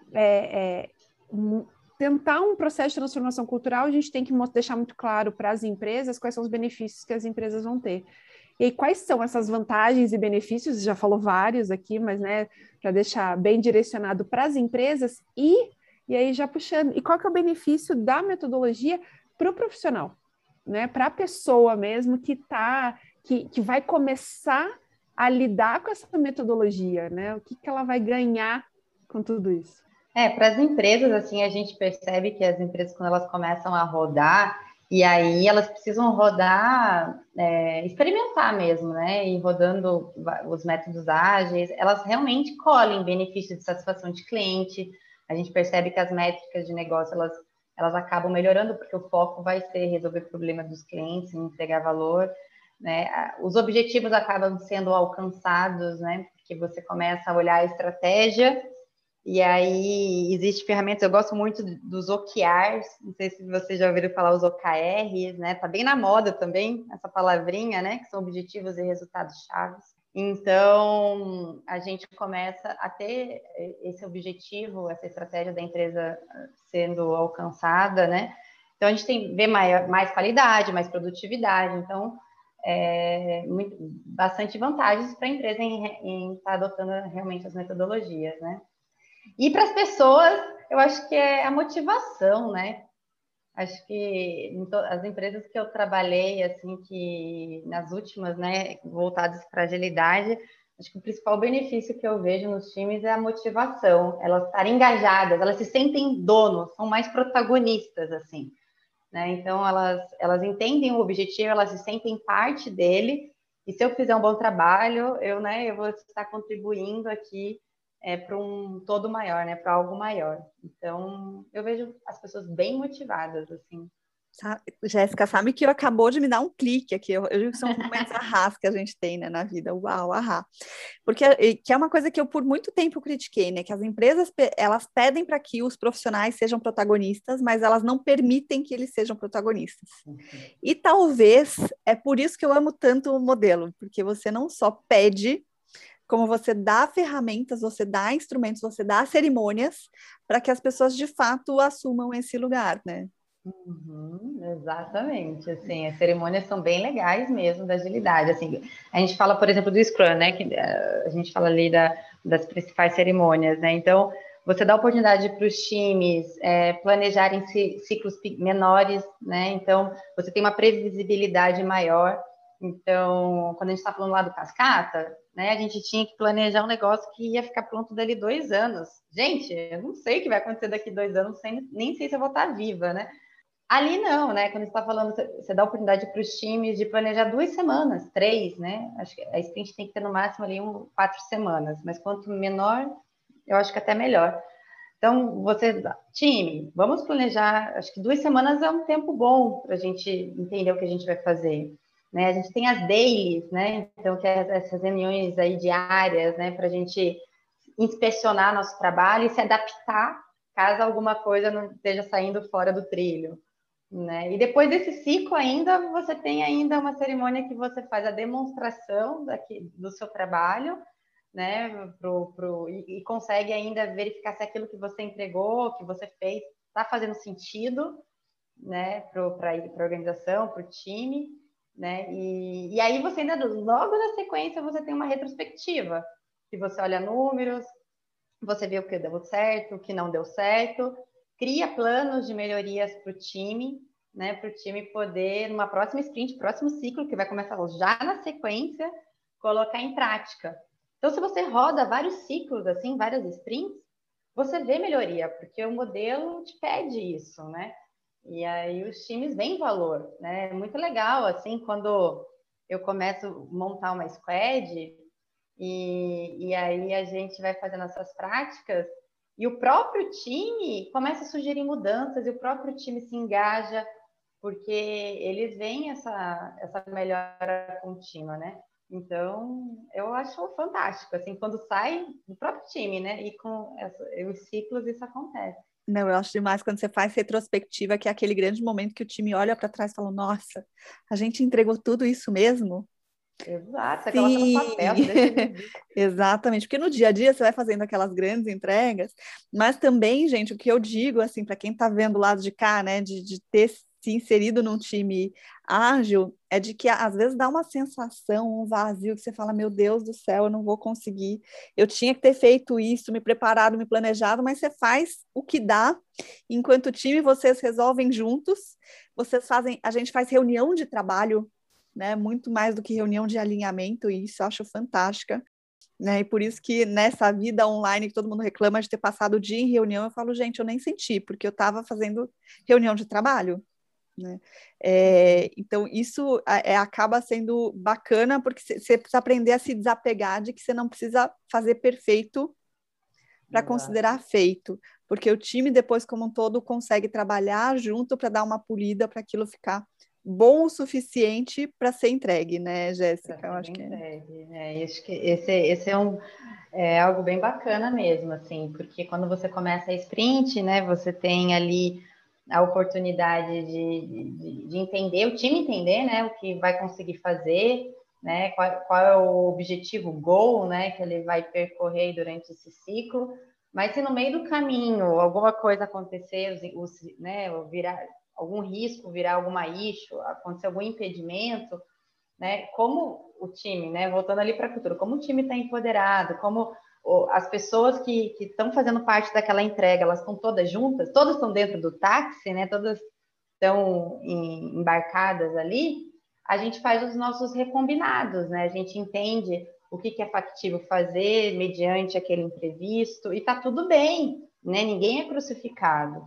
É, é, um, tentar um processo de transformação cultural, a gente tem que deixar muito claro para as empresas quais são os benefícios que as empresas vão ter. E aí, quais são essas vantagens e benefícios? Você já falou vários aqui, mas, né, para deixar bem direcionado para as empresas e, e aí já puxando, e qual que é o benefício da metodologia para o profissional, né? Para a pessoa mesmo que tá, que, que vai começar a lidar com essa metodologia, né? O que, que ela vai ganhar com tudo isso? É, para as empresas, assim, a gente percebe que as empresas, quando elas começam a rodar, e aí elas precisam rodar, é, experimentar mesmo, né? E rodando os métodos ágeis, elas realmente colhem benefícios de satisfação de cliente. A gente percebe que as métricas de negócio, elas, elas acabam melhorando, porque o foco vai ser resolver problemas dos clientes, entregar valor, né? Os objetivos acabam sendo alcançados, né? Porque você começa a olhar a estratégia. E aí, existe ferramentas, eu gosto muito dos O K Rs, não sei se vocês já ouviram falar os O K Rs, né? Tá bem na moda também, essa palavrinha, né? Que são objetivos e resultados chaves. Então, a gente começa a ter esse objetivo, essa estratégia da empresa sendo alcançada, né? Então, a gente tem, vê maior, mais qualidade, mais produtividade. Então, é, muito, bastante vantagens para a empresa em estar tá adotando realmente as metodologias, né? E para as pessoas, eu acho que é a motivação, né? Acho que as empresas que eu trabalhei, assim, que nas últimas, né, voltadas para agilidade, acho que o principal benefício que eu vejo nos times é a motivação, elas estarem engajadas, elas se sentem donos, são mais protagonistas, assim, né? Então, elas, elas entendem o objetivo, elas se sentem parte dele, e se eu fizer um bom trabalho, eu, né, eu vou estar contribuindo aqui é, para um todo maior, né, para algo maior. Então, eu vejo as pessoas bem motivadas, assim. Jéssica, sabe que acabou de me dar um clique aqui, eu, eu digo que são momentos arrás que a gente tem, né, na vida, uau, ahá. Porque que é uma coisa que eu por muito tempo critiquei, né, que as empresas, elas pedem para que os profissionais sejam protagonistas, mas elas não permitem que eles sejam protagonistas. Uhum. E talvez é por isso que eu amo tanto o modelo, porque você não só pede, como você dá ferramentas, você dá instrumentos, você dá cerimônias para que as pessoas de fato assumam esse lugar, né? Uhum, exatamente, assim, as cerimônias são bem legais mesmo da agilidade, assim, a gente fala, por exemplo, do Scrum, né, que a gente fala ali da, das principais cerimônias, né, então você dá oportunidade para os times é, planejarem ciclos menores, né, então você tem uma previsibilidade maior. Então, quando a gente está falando lá do cascata, né, a gente tinha que planejar um negócio que ia ficar pronto dali dois anos. Gente, eu não sei o que vai acontecer daqui dois anos, nem sei se eu vou estar viva, né? Ali não, né? Quando você está falando, você dá oportunidade para os times de planejar duas semanas, três, né? Acho que a sprint tem que ter no máximo ali um, quatro semanas, mas quanto menor, eu acho que até melhor. Então, você, time, vamos planejar, acho que duas semanas é um tempo bom para a gente entender o que a gente vai fazer. Né? A gente tem as dailies, né? Então, que é essas reuniões aí diárias, né? Para a gente inspecionar nosso trabalho e se adaptar caso alguma coisa não esteja saindo fora do trilho. Né? E depois desse ciclo ainda, você tem ainda uma cerimônia que você faz a demonstração daqui, do seu trabalho, né? pro, pro, e, e consegue ainda verificar se aquilo que você entregou, que você fez, está fazendo sentido, né? para a organização, para o time, né? E, e aí você ainda, logo na sequência, você tem uma retrospectiva, que você olha números, você vê o que deu certo, o que não deu certo, cria planos de melhorias para o time, né, para o time poder, numa próxima sprint, próximo ciclo, que vai começar já na sequência, colocar em prática. Então, se você roda vários ciclos, assim, várias sprints, você vê melhoria, porque o modelo te pede isso, né? E aí os times veem valor, né? É muito legal, assim, quando eu começo a montar uma squad, e, e aí a gente vai fazendo essas práticas, e o próprio time começa a sugerir mudanças, e o próprio time se engaja, porque eles veem essa, essa melhora contínua, né? Então, eu acho fantástico, assim, quando sai do próprio time, né? E com essa, os ciclos isso acontece. Não, eu acho demais quando você faz retrospectiva, que é aquele grande momento que o time olha para trás e fala, nossa, a gente entregou tudo isso mesmo? Exato, você Sim. coloca no papel, você deixa... Exatamente, porque no dia a dia você vai fazendo aquelas grandes entregas, mas também, gente, o que eu digo, assim, para quem está vendo o lado de cá, né, de, de ter se inserido num time ágil, é de que às vezes dá uma sensação, um vazio, que você fala, meu Deus do céu, eu não vou conseguir, eu tinha que ter feito isso, me preparado, me planejado, mas você faz o que dá, enquanto time vocês resolvem juntos, vocês fazem, a gente faz reunião de trabalho, né, muito mais do que reunião de alinhamento, e isso eu acho fantástica, né, e por isso que nessa vida online que todo mundo reclama de ter passado o dia em reunião, eu falo, gente, eu nem senti, porque eu estava fazendo reunião de trabalho, né, é, então isso é, acaba sendo bacana, porque você precisa aprender a se desapegar de que você não precisa fazer perfeito para considerar feito, porque o time depois como um todo consegue trabalhar junto para dar uma polida para aquilo ficar bom o suficiente para ser entregue, né, Jéssica? Eu acho que entregue, é. Acho que esse, esse é, um, é algo bem bacana mesmo, assim, porque quando você começa a sprint, né, você tem ali a oportunidade de, de, de entender, o time entender, né, o que vai conseguir fazer, né, qual, qual é o objetivo, o goal, né, que ele vai percorrer durante esse ciclo, mas se no meio do caminho alguma coisa acontecer, os, os, né, virar algum risco, virar alguma issue, acontecer algum impedimento, né? Como o time, né? Voltando ali para a cultura, como o time está empoderado, como as pessoas que estão fazendo parte daquela entrega, elas estão todas juntas, todas estão dentro do táxi, né? Todas estão em, embarcadas ali. A gente faz os nossos recombinados, né? A gente entende o que, que é factível fazer mediante aquele imprevisto, e está tudo bem, né? Ninguém é crucificado.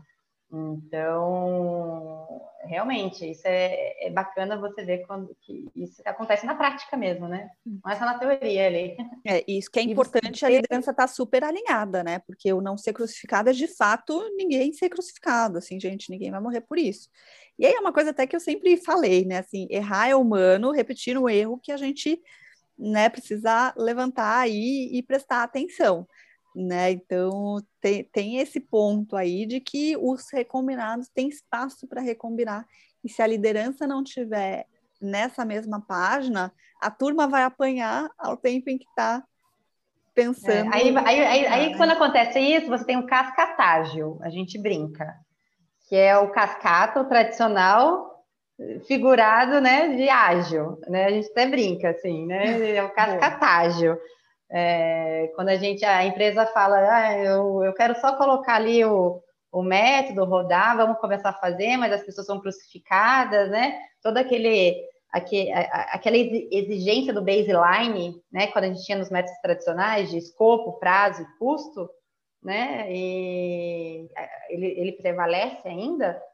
Então, realmente, isso é, é bacana você ver quando que isso acontece na prática mesmo, né? Não é só na teoria ali. É, isso que é importante, você... a liderança está super alinhada, né? Porque o não ser crucificado é, de fato, ninguém ser crucificado, assim, gente, ninguém vai morrer por isso. E aí é uma coisa até que eu sempre falei, né? Assim, errar é humano, repetir um erro que a gente, né, precisa levantar aí e prestar atenção. Né? Então tem, tem esse ponto aí de que os recombinados têm espaço para recombinar, e se a liderança não tiver nessa mesma página, a turma vai apanhar ao tempo em que está pensando. É, aí, aí, aí, aí quando acontece isso, você tem o cascatágio, a gente brinca, que é o cascata, o tradicional figurado, né, de ágil, né? A gente até brinca assim, né? É o cascatágio. É, quando a gente, a empresa fala, ah, eu, eu quero só colocar ali o, o método, rodar, vamos começar a fazer, mas as pessoas são crucificadas, né? Toda aquele, aquele, aquela exigência do baseline, né? Quando a gente tinha nos métodos tradicionais de escopo, prazo e custo, né? E ele, ele prevalece ainda,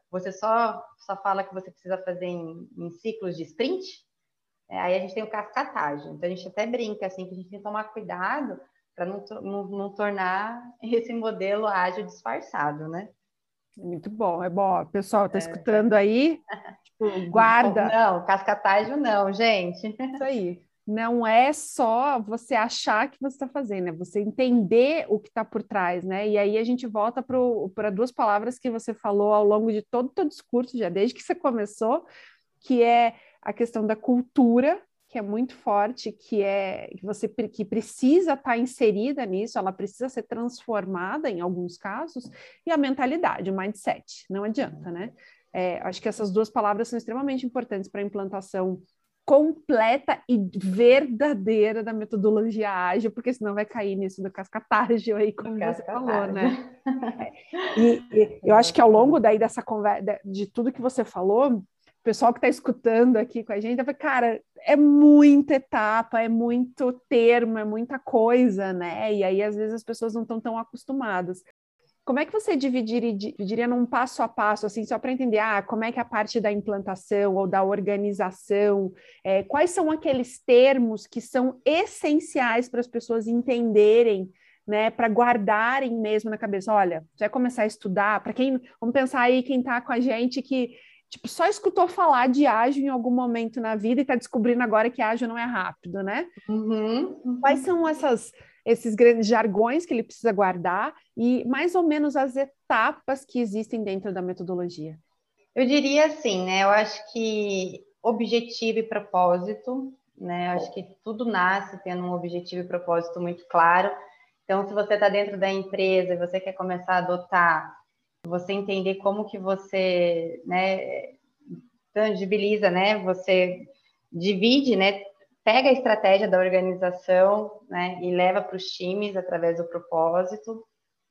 você só, só fala que você precisa fazer em, em ciclos de sprint, é, aí a gente tem o cascatágio. Então, a gente até brinca, assim, que a gente tem que tomar cuidado para não, não, não tornar esse modelo ágil disfarçado, né? Muito bom, é bom. Pessoal, tá escutando aí? Tipo, guarda. Não, cascatágio não, gente. Isso aí. Não é só você achar que você está fazendo, é você entender o que está por trás, né? E aí a gente volta para duas palavras que você falou ao longo de todo o teu discurso, já desde que você começou, que é a questão da cultura, que é muito forte, que é que você que precisa estar inserida nisso, ela precisa ser transformada em alguns casos, e a mentalidade, o mindset, não adianta, né? É, acho que essas duas palavras são extremamente importantes para a implantação completa e verdadeira da metodologia ágil, porque senão vai cair nisso do cascatágio aí, como você falou, né? É. E, e eu acho que ao longo daí dessa conversa, de tudo que você falou, o pessoal que está escutando aqui com a gente, vai, cara, é muita etapa, é muito termo, é muita coisa, né? E aí, às vezes, as pessoas não estão tão acostumadas. Como é que você dividiria, dividiria num passo a passo, assim, só para entender, ah, como é que é a parte da implantação ou da organização, é, quais são aqueles termos que são essenciais para as pessoas entenderem, né, para guardarem mesmo na cabeça? Olha, você vai começar a estudar, para quem, vamos pensar aí quem está com a gente que, tipo, só escutou falar de ágil em algum momento na vida e está descobrindo agora que ágil não é rápido, né? Uhum, uhum. Quais são essas... esses grandes jargões que ele precisa guardar e mais ou menos as etapas que existem dentro da metodologia? Eu diria assim, né? Eu acho que objetivo e propósito, né? Eu acho que tudo nasce tendo um objetivo e propósito muito claro. Então, se você está dentro da empresa e você quer começar a adotar, você entender como que você, né, tangibiliza, né? Você divide, né? Pega a estratégia da organização, né, e leva para os times através do propósito.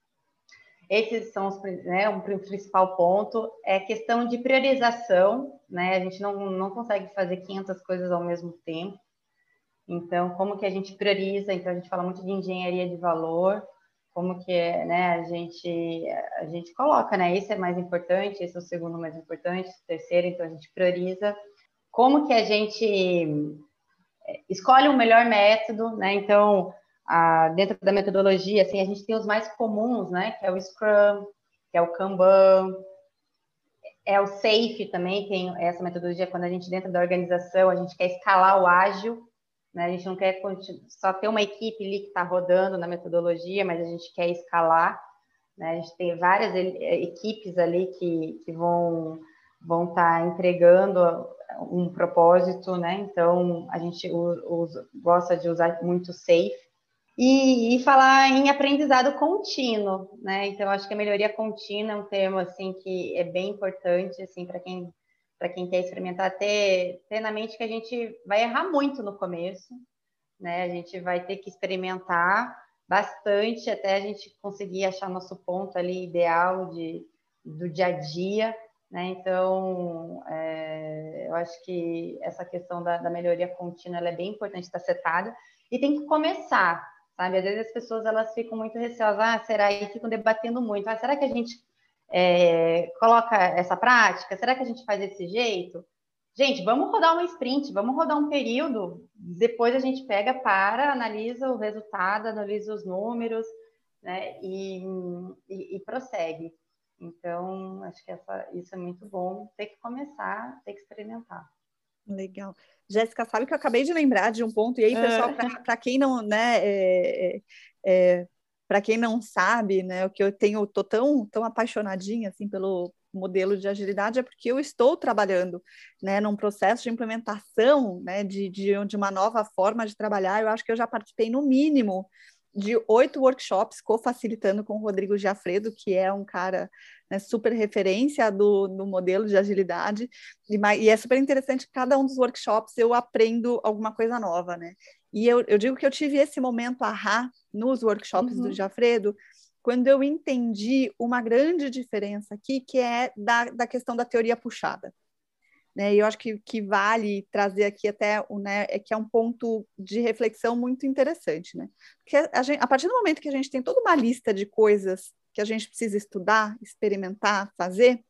Esses são os, né, um principal ponto. É questão de priorização, né? A gente não, não consegue fazer quinhentas coisas ao mesmo tempo. Então, como que a gente prioriza? Então, a gente fala muito de engenharia de valor, como que é, né, a gente, a gente coloca, né? Esse é mais importante, esse é o segundo mais importante, o terceiro, então a gente prioriza. Como que a gente escolhe o melhor método, né? Então, a, dentro da metodologia, assim, a gente tem os mais comuns, né? Que é o Scrum, que é o Kanban, é o Safe também, tem essa metodologia quando a gente, dentro da organização, a gente quer escalar o ágil, né? A gente não quer só ter uma equipe ali que está rodando na metodologia, mas a gente quer escalar, né? A gente tem várias equipes ali que, que vão vão estar tá entregando um propósito, né? Então, a gente usa, gosta de usar muito Safe. E, e falar em aprendizado contínuo, né? Então, acho que a melhoria contínua é um termo, assim, que é bem importante, assim, para quem, para quem quer experimentar, ter, ter na mente que a gente vai errar muito no começo, né? A gente vai ter que experimentar bastante até a gente conseguir achar nosso ponto ali ideal de, do dia a dia, né? Então, é, eu acho que essa questão da, da melhoria contínua ela é bem importante estar setada e tem que começar, sabe? Às vezes as pessoas elas ficam muito receosas, ah, será? E ficam debatendo muito, ah, será que a gente é, coloca essa prática? Será que a gente faz desse jeito? Gente, vamos rodar uma sprint, vamos rodar um período, depois a gente pega, para, analisa o resultado, analisa os números, né? E, e, e prossegue. Então, acho que essa, isso é muito bom, ter que começar, ter que experimentar. Legal. Jéssica, sabe que eu acabei de lembrar de um ponto, e aí, pessoal, para quem não, né, é, é, para quem não sabe, né, o que eu tenho, tô tão, tão apaixonadinha, assim, pelo modelo de agilidade, é porque eu estou trabalhando, né, num processo de implementação, né, de, de, de uma nova forma de trabalhar. Eu acho que eu já participei, no mínimo, de oito workshops, co-facilitando com o Rodrigo Giafredo, que é um cara, né, super referência do, do modelo de agilidade, e, e é super interessante que cada um dos workshops eu aprendo alguma coisa nova, né? E eu, eu digo que eu tive esse momento ahá nos workshops uhum. do Giafredo, quando eu entendi uma grande diferença aqui, que é da, da questão da teoria puxada. Né, e eu acho que, que vale trazer aqui até, né, é que é um ponto de reflexão muito interessante, né? Porque a, gente, a partir do momento que a gente tem toda uma lista de coisas que a gente precisa estudar, experimentar, fazer,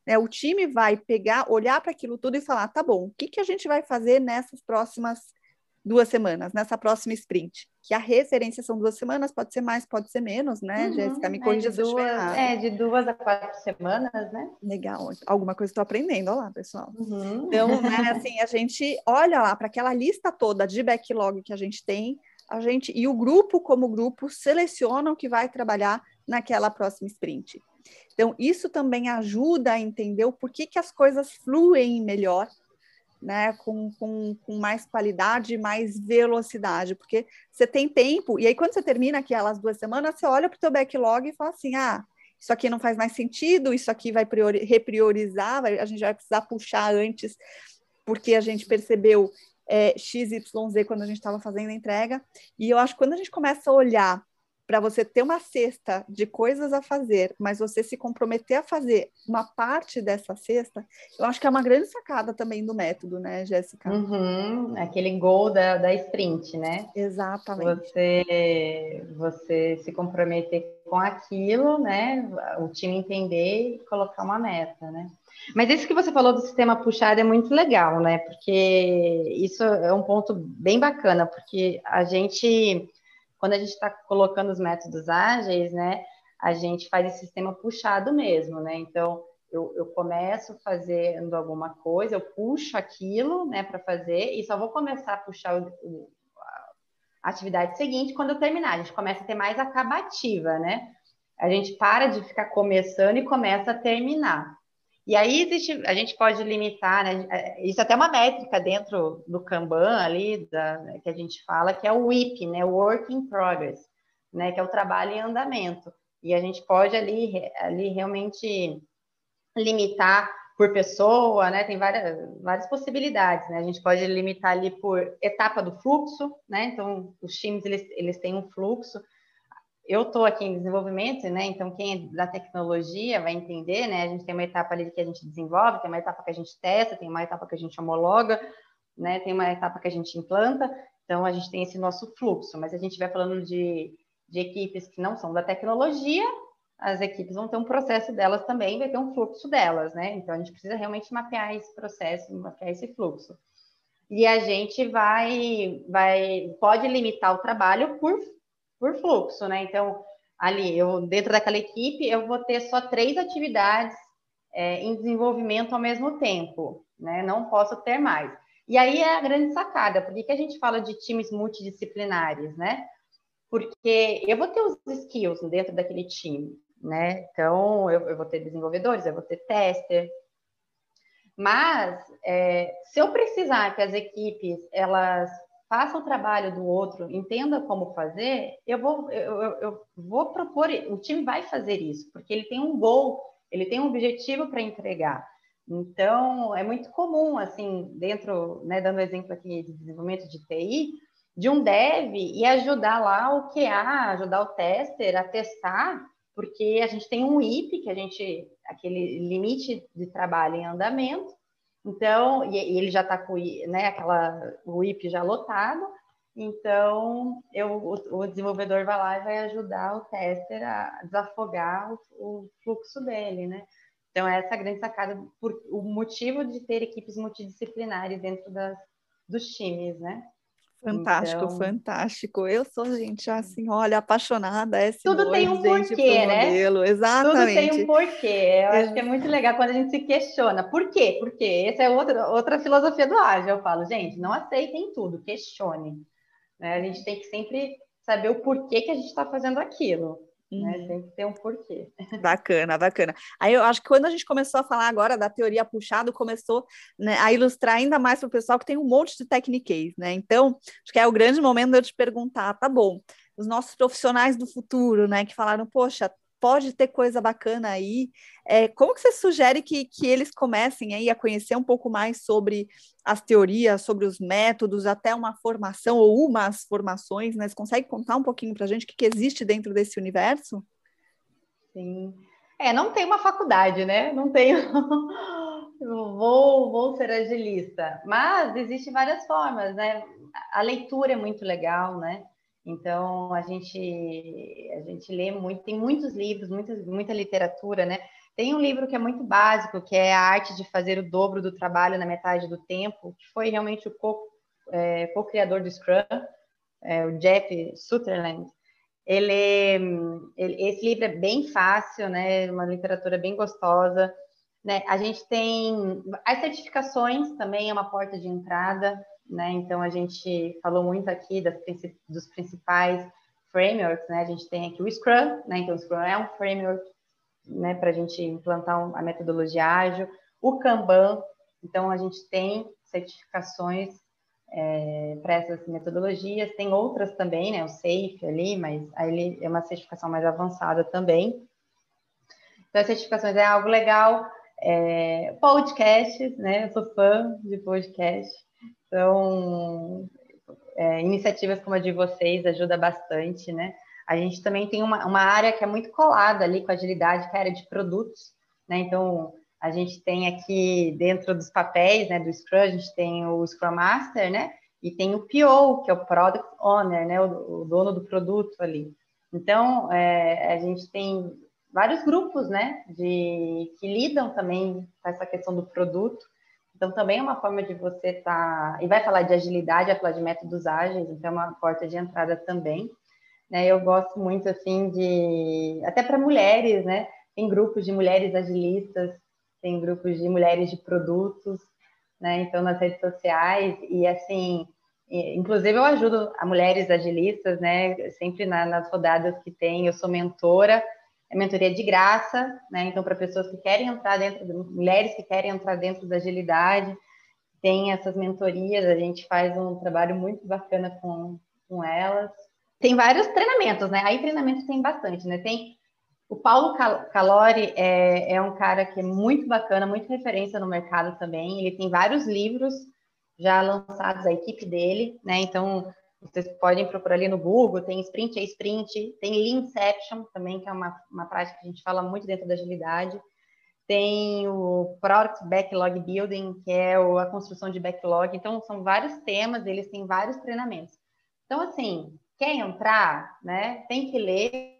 né? O time vai pegar, olhar para aquilo tudo e falar, tá bom, o que, que a gente vai fazer nessas próximas duas semanas, nessa próxima sprint? Que a referência são duas semanas, pode ser mais, pode ser menos, né, Uhum, Jéssica? Me é corrija de se eu estiver duas, errado. é de duas a quatro semanas, né? Legal, alguma coisa estou aprendendo, olha lá, pessoal. Uhum. Então, né, assim, a gente olha lá para aquela lista toda de backlog que a gente tem, a gente e o grupo, como grupo, seleciona o que vai trabalhar naquela próxima sprint. Então, isso também ajuda a entender o porquê que as coisas fluem melhor, né, com, com, com mais qualidade, mais velocidade, porque você tem tempo, e aí quando você termina aquelas duas semanas, você olha para o teu backlog e fala assim, ah, isso aqui não faz mais sentido, isso aqui vai priori- repriorizar, vai, a gente vai precisar puxar antes, porque a gente percebeu é, X Y Z quando a gente estava fazendo a entrega, e eu acho que quando a gente começa a olhar para você ter uma cesta de coisas a fazer, mas você se comprometer a fazer uma parte dessa cesta, eu acho que é uma grande sacada também do método, né, Jéssica? Uhum, aquele gol da, da sprint, né? Exatamente. Você, você se comprometer com aquilo, né? O time entender e colocar uma meta, né? Mas isso que você falou do sistema puxado é muito legal, né? Porque isso é um ponto bem bacana, porque a gente, quando a gente está colocando os métodos ágeis, né? A gente faz esse sistema puxado mesmo, né? Então, eu, eu começo fazendo alguma coisa, eu puxo aquilo, né, para fazer, e só vou começar a puxar o, o, a atividade seguinte quando eu terminar. A gente começa a ter mais acabativa, né? A gente para de ficar começando e começa a terminar. E aí existe, a gente pode limitar, né? Isso é até uma métrica dentro do Kanban ali, da, que a gente fala, que é o W I P, né? Work in Progress, né? Que é o trabalho em andamento. E a gente pode ali, ali realmente limitar por pessoa, né? Tem várias, várias possibilidades, né? A gente pode limitar ali por etapa do fluxo, né? Então, os times, eles, eles têm um fluxo. Eu estou aqui em desenvolvimento, né? Então, quem é da tecnologia vai entender, né? A gente tem uma etapa ali que a gente desenvolve, tem uma etapa que a gente testa, tem uma etapa que a gente homologa, né? Tem uma etapa que a gente implanta. Então, a gente tem esse nosso fluxo. Mas a gente vai falando de, de equipes que não são da tecnologia, as equipes vão ter um processo delas também, vai ter um fluxo delas, né? Então, a gente precisa realmente mapear esse processo, mapear esse fluxo. E a gente vai, vai pode limitar o trabalho por, por fluxo, né? Então, ali, eu dentro daquela equipe, eu vou ter só três atividades é, em desenvolvimento ao mesmo tempo, né? Não posso ter mais. E aí é a grande sacada, por que que a gente fala de times multidisciplinares, né? Porque eu vou ter os skills dentro daquele time, né? Então, eu, eu vou ter desenvolvedores, eu vou ter tester. Mas, é, se eu precisar que as equipes, elas façam o trabalho do outro, entendam como fazer, eu vou, eu, eu, eu vou propor, o time vai fazer isso, porque ele tem um goal, ele tem um objetivo para entregar. Então, é muito comum, assim, dentro, né, dando exemplo aqui de desenvolvimento de T I, de um dev e ajudar lá o Q A, ajudar o tester a testar, porque a gente tem um I P, que a gente, aquele limite de trabalho em andamento, então, e, e ele já está com né, aquela, o I P já lotado, então eu, o, o desenvolvedor vai lá e vai ajudar o tester a desafogar o, o fluxo dele, né? Então, essa é a grande sacada, por, o motivo de ter equipes multidisciplinares dentro das, dos times, né? Fantástico, Então, fantástico. Eu sou, gente, assim, olha, apaixonada, S tudo tem dois, um gente, para o porquê, né? modelo. Tudo tem um Exatamente. porquê. Eu acho que é Ex- muito legal quando a gente se questiona. Por quê? Por quê? Essa é outra, outra filosofia do ágil. Eu falo, gente, não aceitem tudo, questione. Né? A gente tem que sempre saber o porquê que a gente está fazendo aquilo. Né? Uhum. Tem que ter um porquê. Bacana, bacana. Aí eu acho que quando a gente começou a falar agora da teoria puxado, começou, né, a ilustrar ainda mais para o pessoal que tem um monte de techniques, né? Então, acho que é o grande momento de eu te perguntar, tá bom, os nossos profissionais do futuro, né, que falaram, poxa, pode ter coisa bacana aí, é, como que você sugere que, que eles comecem aí a conhecer um pouco mais sobre as teorias, sobre os métodos, até uma formação ou umas formações, né? Você consegue contar um pouquinho para a gente o que, que existe dentro desse universo? Sim. É, não tem uma faculdade, né? Não tenho. vou, vou ser agilista. Mas existem várias formas, né? A leitura é muito legal, né? Então, a gente, a gente lê muito, tem muitos livros, muita, muita literatura, né? Tem um livro que é muito básico, que é A Arte de Fazer o Dobro do Trabalho na Metade do Tempo, que foi realmente o co, é, co-criador do Scrum, é, o Jeff Sutherland. Ele, ele, esse livro é bem fácil, né? Uma literatura bem gostosa, né? A gente tem as certificações também é uma porta de entrada, né? Então a gente falou muito aqui das, dos principais frameworks, né? A gente tem aqui o Scrum, né? Então o Scrum é um framework, né? Para a gente implantar um, a metodologia ágil, o Kanban. Então a gente tem certificações É, para essas metodologias, tem outras também, né, o SAFe ali, mas aí é uma certificação mais avançada também. Então, as certificações é algo legal, é, podcasts, né, eu sou fã de podcast, então, é, iniciativas como a de vocês ajuda bastante, né, a gente também tem uma, uma área que é muito colada ali com a agilidade, que é a área de produtos, né, então, a gente tem aqui dentro dos papéis, né, do Scrum, a gente tem o Scrum Master, né, e tem o P O, que é o Product Owner, né, o, o dono do produto ali. Então, é, a gente tem vários grupos, né, de, que lidam também com essa questão do produto. Então, também é uma forma de você estar... Tá, e vai falar de agilidade, vai falar de métodos ágeis, então é uma porta de entrada também. Né, eu gosto muito, assim, de... Até para mulheres, né, tem grupos de mulheres agilistas, tem grupos de mulheres de produtos, né? Então, nas redes sociais, e assim, inclusive eu ajudo a mulheres agilistas, né? Sempre na, nas rodadas que tem, eu sou mentora, é mentoria de graça, né? Então, para pessoas que querem entrar dentro, de, mulheres que querem entrar dentro da agilidade, tem essas mentorias, a gente faz um trabalho muito bacana com, com elas. Tem vários treinamentos, né? Aí treinamento tem bastante, né? Tem o Paulo Calori é, é um cara que é muito bacana, muito referência no mercado também. Ele tem vários livros já lançados, a equipe dele, né? Então, vocês podem procurar ali no Google, tem Sprint é Sprint, tem Leanception também, que é uma, uma prática que a gente fala muito dentro da agilidade. Tem o Product Backlog Building, que é a construção de backlog. Então, são vários temas, eles têm vários treinamentos. Então, assim, quem entrar, né, tem que ler,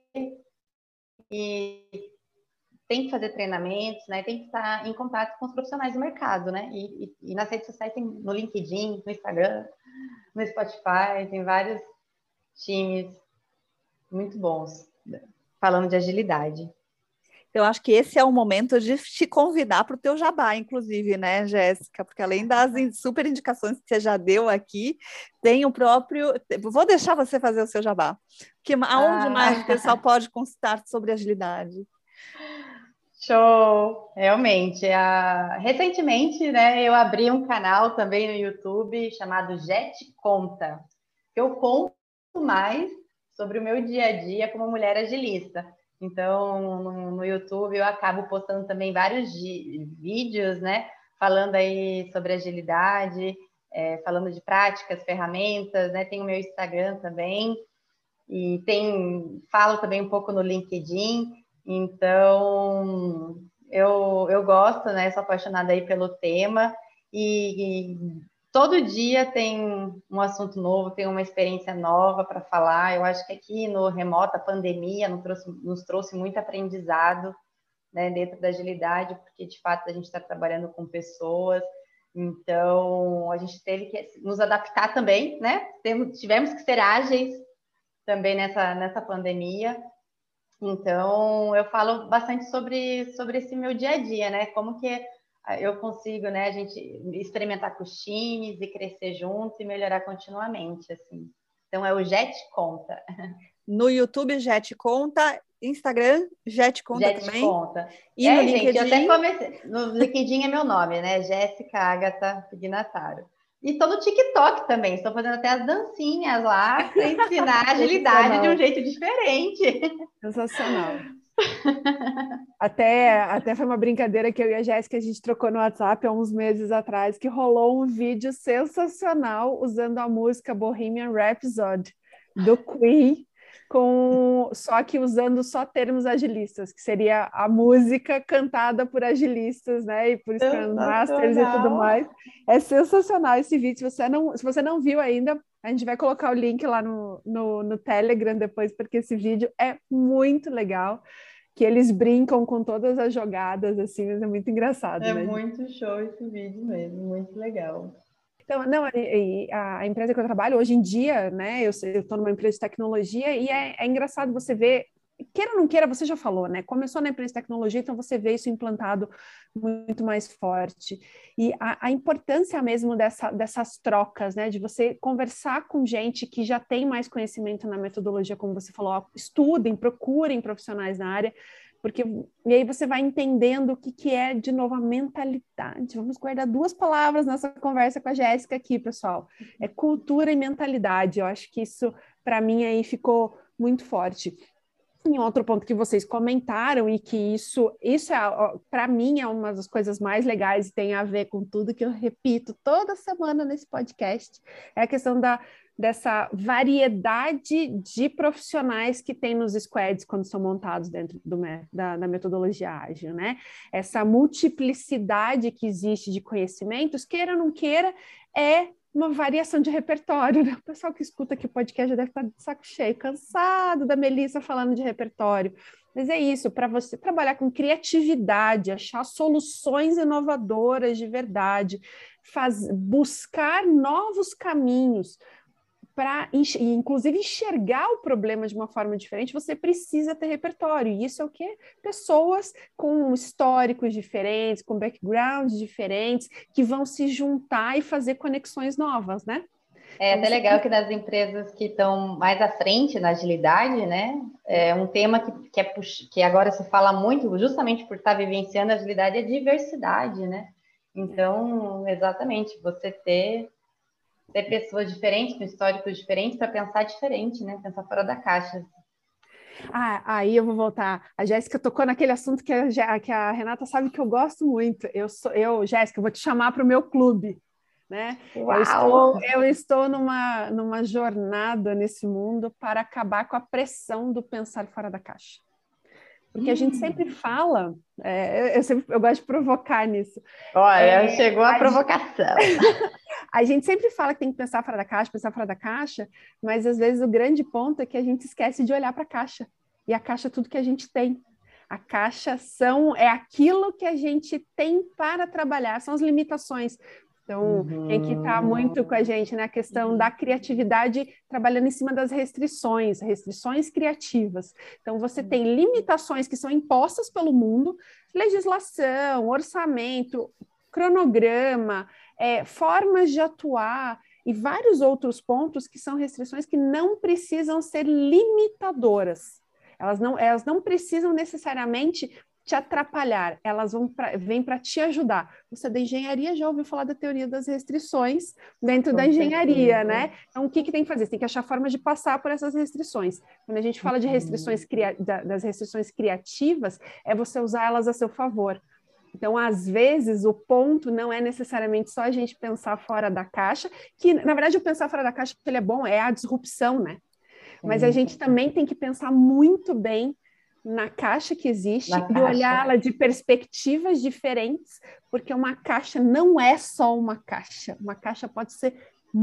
e tem que fazer treinamentos, né? Tem que estar em contato com os profissionais do mercado, né? E, e, e nas redes sociais tem no LinkedIn, no Instagram, no Spotify, tem vários times muito bons falando de agilidade. Eu acho que esse é o momento de te convidar para o teu jabá, inclusive, né, Jéssica? Porque além das super indicações que você já deu aqui, tem o próprio... Vou deixar você fazer o seu jabá. Que, aonde ah. mais o pessoal pode consultar sobre agilidade? Show! Realmente. A... Recentemente, né, eu abri um canal também no YouTube chamado Jet Conta. Eu conto mais sobre o meu dia a dia como mulher agilista. Então, no, no YouTube, eu acabo postando também vários vídeos, né? Falando aí sobre agilidade, é, falando de práticas, ferramentas, né? Tem o meu Instagram também. E tem, falo também um pouco no LinkedIn. Então, eu, eu gosto, né? Sou apaixonada aí pelo tema. E... e todo dia tem um assunto novo, tem uma experiência nova para falar. Eu acho que aqui no remoto, a pandemia nos trouxe, nos trouxe muito aprendizado, né, dentro da agilidade, porque, de fato, a gente está trabalhando com pessoas. Então, a gente teve que nos adaptar também, né? Tivemos que ser ágeis também nessa, nessa pandemia. Então, eu falo bastante sobre, sobre esse meu dia a dia, né? Como que eu consigo, né, a gente experimentar com os times e crescer juntos e melhorar continuamente, assim. Então, é o Jet Conta. No YouTube, Jet Conta. Instagram, Jet Conta Jet também. Conta. E é, no gente, LinkedIn? Eu até comecei... No LinkedIn é meu nome, né? Jéssica Agatha Pignataro. E estou no TikTok também. Estou fazendo até as dancinhas lá para ensinar agilidade de um jeito diferente. Sensacional. Até, até foi uma brincadeira que eu e a Jéssica a gente trocou no WhatsApp há uns meses atrás, que rolou um vídeo sensacional usando a música Bohemian Rhapsody do Queen, com, só que usando só termos agilistas, que seria a música cantada por agilistas, né, e por Scrum Masters e tudo mais. É sensacional esse vídeo. Se você não, se você não viu ainda, a gente vai colocar o link lá no, no, no Telegram depois, porque esse vídeo é muito legal. que eles brincam com todas as jogadas, assim, mas é muito engraçado, É né? muito show esse vídeo mesmo, muito legal. Então, não, e, e a empresa que eu trabalho hoje em dia, né? Eu estou numa empresa de tecnologia e é, é engraçado você ver, queira ou não queira, você já falou, né? Começou na empresa de tecnologia, então você vê isso implantado muito mais forte. E a, a importância mesmo dessa, dessas trocas, né? De você conversar com gente que já tem mais conhecimento na metodologia, como você falou, ó, estudem, procurem profissionais na área, porque e aí você vai entendendo o que, que é, de novo, a mentalidade. Vamos guardar duas palavras nessa conversa com a Jéssica aqui, pessoal. É cultura e mentalidade. Eu acho que isso, para mim, aí ficou muito forte. Em outro ponto que vocês comentaram, e que isso, isso é, para mim, é uma das coisas mais legais e tem a ver com tudo que eu repito toda semana nesse podcast, é a questão da, dessa variedade de profissionais que tem nos squads quando são montados dentro do, da, da metodologia ágil, né? Essa multiplicidade que existe de conhecimentos, queira ou não queira, é uma variação de repertório, né? O pessoal que escuta aqui o podcast já deve estar de saco cheio, cansado da Melissa falando de repertório. Mas é isso, para você trabalhar com criatividade, achar soluções inovadoras de verdade, faz, buscar novos caminhos, para inclusive enxergar o problema de uma forma diferente, você precisa ter repertório. E isso é o quê? Pessoas com históricos diferentes, com backgrounds diferentes, que vão se juntar e fazer conexões novas, né? É até legal que nas empresas que estão mais à frente na agilidade, né? É um tema que, que, é, que agora se fala muito, justamente por estar vivenciando a agilidade, é diversidade, né? Então, exatamente, você ter... ter pessoas diferentes, com históricos diferentes, para pensar diferente, né? Pensar fora da caixa. Ah, aí eu vou voltar. A Jéssica tocou naquele assunto que a, que a Renata sabe que eu gosto muito. Eu, sou, eu Jéssica, eu vou te chamar para o meu clube, né? Uau! Eu estou, eu estou numa, numa jornada nesse mundo para acabar com a pressão do pensar fora da caixa. Porque a gente sempre fala, é, eu, sempre, eu gosto de provocar nisso. Olha, é, chegou a, a provocação. Gente, a gente sempre fala que tem que pensar fora da caixa, pensar fora da caixa, mas às vezes o grande ponto é que a gente esquece de olhar para a caixa. E a caixa é tudo que a gente tem. A caixa são, é aquilo que a gente tem para trabalhar, são as limitações. Então, uhum. Quem que está muito com a gente, né? A questão da criatividade trabalhando em cima das restrições, restrições criativas. Então, você tem limitações que são impostas pelo mundo, legislação, orçamento, cronograma, é, formas de atuar e vários outros pontos que são restrições que não precisam ser limitadoras. Elas não, elas não precisam necessariamente te atrapalhar, elas vão pra, vêm para te ajudar. Você da engenharia já ouviu falar da teoria das restrições dentro Com da engenharia, certeza. Né? Então, o que, que tem que fazer? Você tem que achar formas de passar por essas restrições. Quando a gente fala de restrições cria, das restrições criativas, é você usar elas a seu favor. Então, às vezes, o ponto não é necessariamente só a gente pensar fora da caixa, que, na verdade, o pensar fora da caixa, ele é bom, é a disrupção, né? Mas a gente também tem que pensar muito bem na caixa que existe na e olhá-la de perspectivas diferentes, porque uma caixa não é só uma caixa. Uma caixa pode ser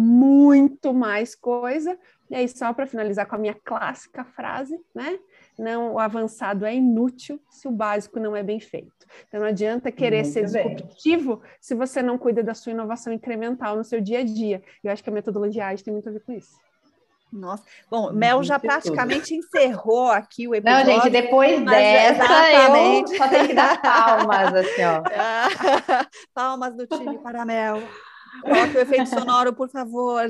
muito mais coisa. E aí, só para finalizar com a minha clássica frase, né? Não, o avançado é inútil se o básico não é bem feito. Então, não adianta querer muito ser disruptivo bem. Se você não cuida da sua inovação incremental no seu dia a dia. Eu acho que a metodologia ágil tem muito a ver com isso. Nossa, bom, Mel já praticamente encerrou aqui o episódio. Não, gente, depois dessa exatamente. Eu só tenho que dar palmas, assim, ó. Palmas do time para a Mel. Coloque o efeito sonoro, por favor,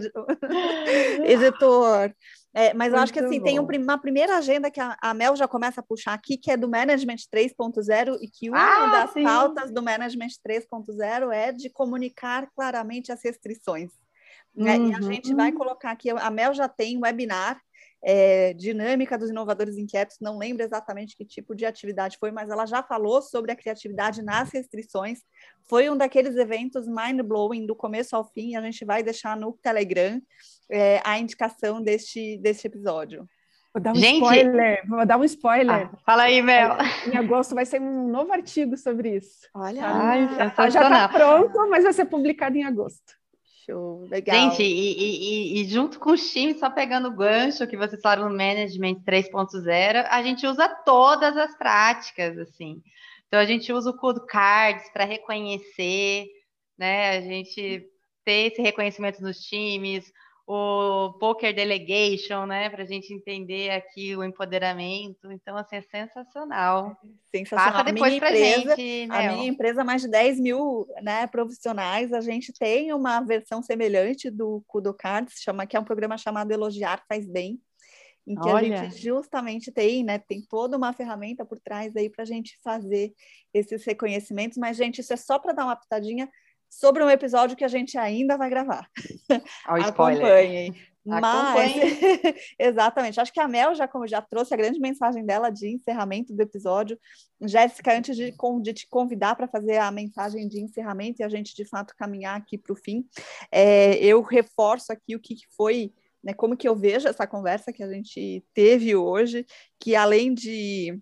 editor. É, mas Muito eu acho que assim, bom. Tem um, uma primeira agenda que a, a Mel já começa a puxar aqui, que é do Management três ponto zero, e que uma ah, das sim. pautas do Management três ponto zero é de comunicar claramente as restrições. Né? Uhum. E a gente vai colocar aqui, a Mel já tem um webinar, é, Dinâmica dos Inovadores Inquietos, não lembro exatamente que tipo de atividade foi, mas ela já falou sobre a criatividade nas restrições, foi um daqueles eventos mind-blowing do começo ao fim, e a gente vai deixar no Telegram é, a indicação deste, deste episódio. Vou dar um gente... spoiler, vou dar um spoiler. Ah, fala aí, Mel. Em agosto vai ser um novo artigo sobre isso. Olha, tá? Ai, já está pronto, mas vai ser publicado em agosto. Show, legal. Gente, e, e, e junto com os times, só pegando o gancho que vocês falaram no Management três ponto zero, a gente usa todas as práticas, assim. Então, a gente usa o Code Cards para reconhecer, né? A gente ter esse reconhecimento nos times, o Poker Delegation, né? Para a gente entender aqui o empoderamento. Então, assim, é sensacional. Sensacional. Passa depois para a gente, A Mel. minha empresa, mais de dez mil, né, profissionais, a gente tem uma versão semelhante do Kudo Cards, chama, que é um programa chamado Elogiar Faz Bem, em que Olha. a gente justamente tem, né, tem toda uma ferramenta por trás aí para a gente fazer esses reconhecimentos, mas, gente, isso é só para dar uma pitadinha sobre um episódio que a gente ainda vai gravar. Olha o spoiler. Acompanhem. Mas, Acompanhem. exatamente, acho que a Mel já, como já trouxe a grande mensagem dela de encerramento do episódio. Jéssica, antes de, de te convidar para fazer a mensagem de encerramento e a gente, de fato, caminhar aqui para o fim, é, eu reforço aqui o que foi, né, como que eu vejo essa conversa que a gente teve hoje, que além de...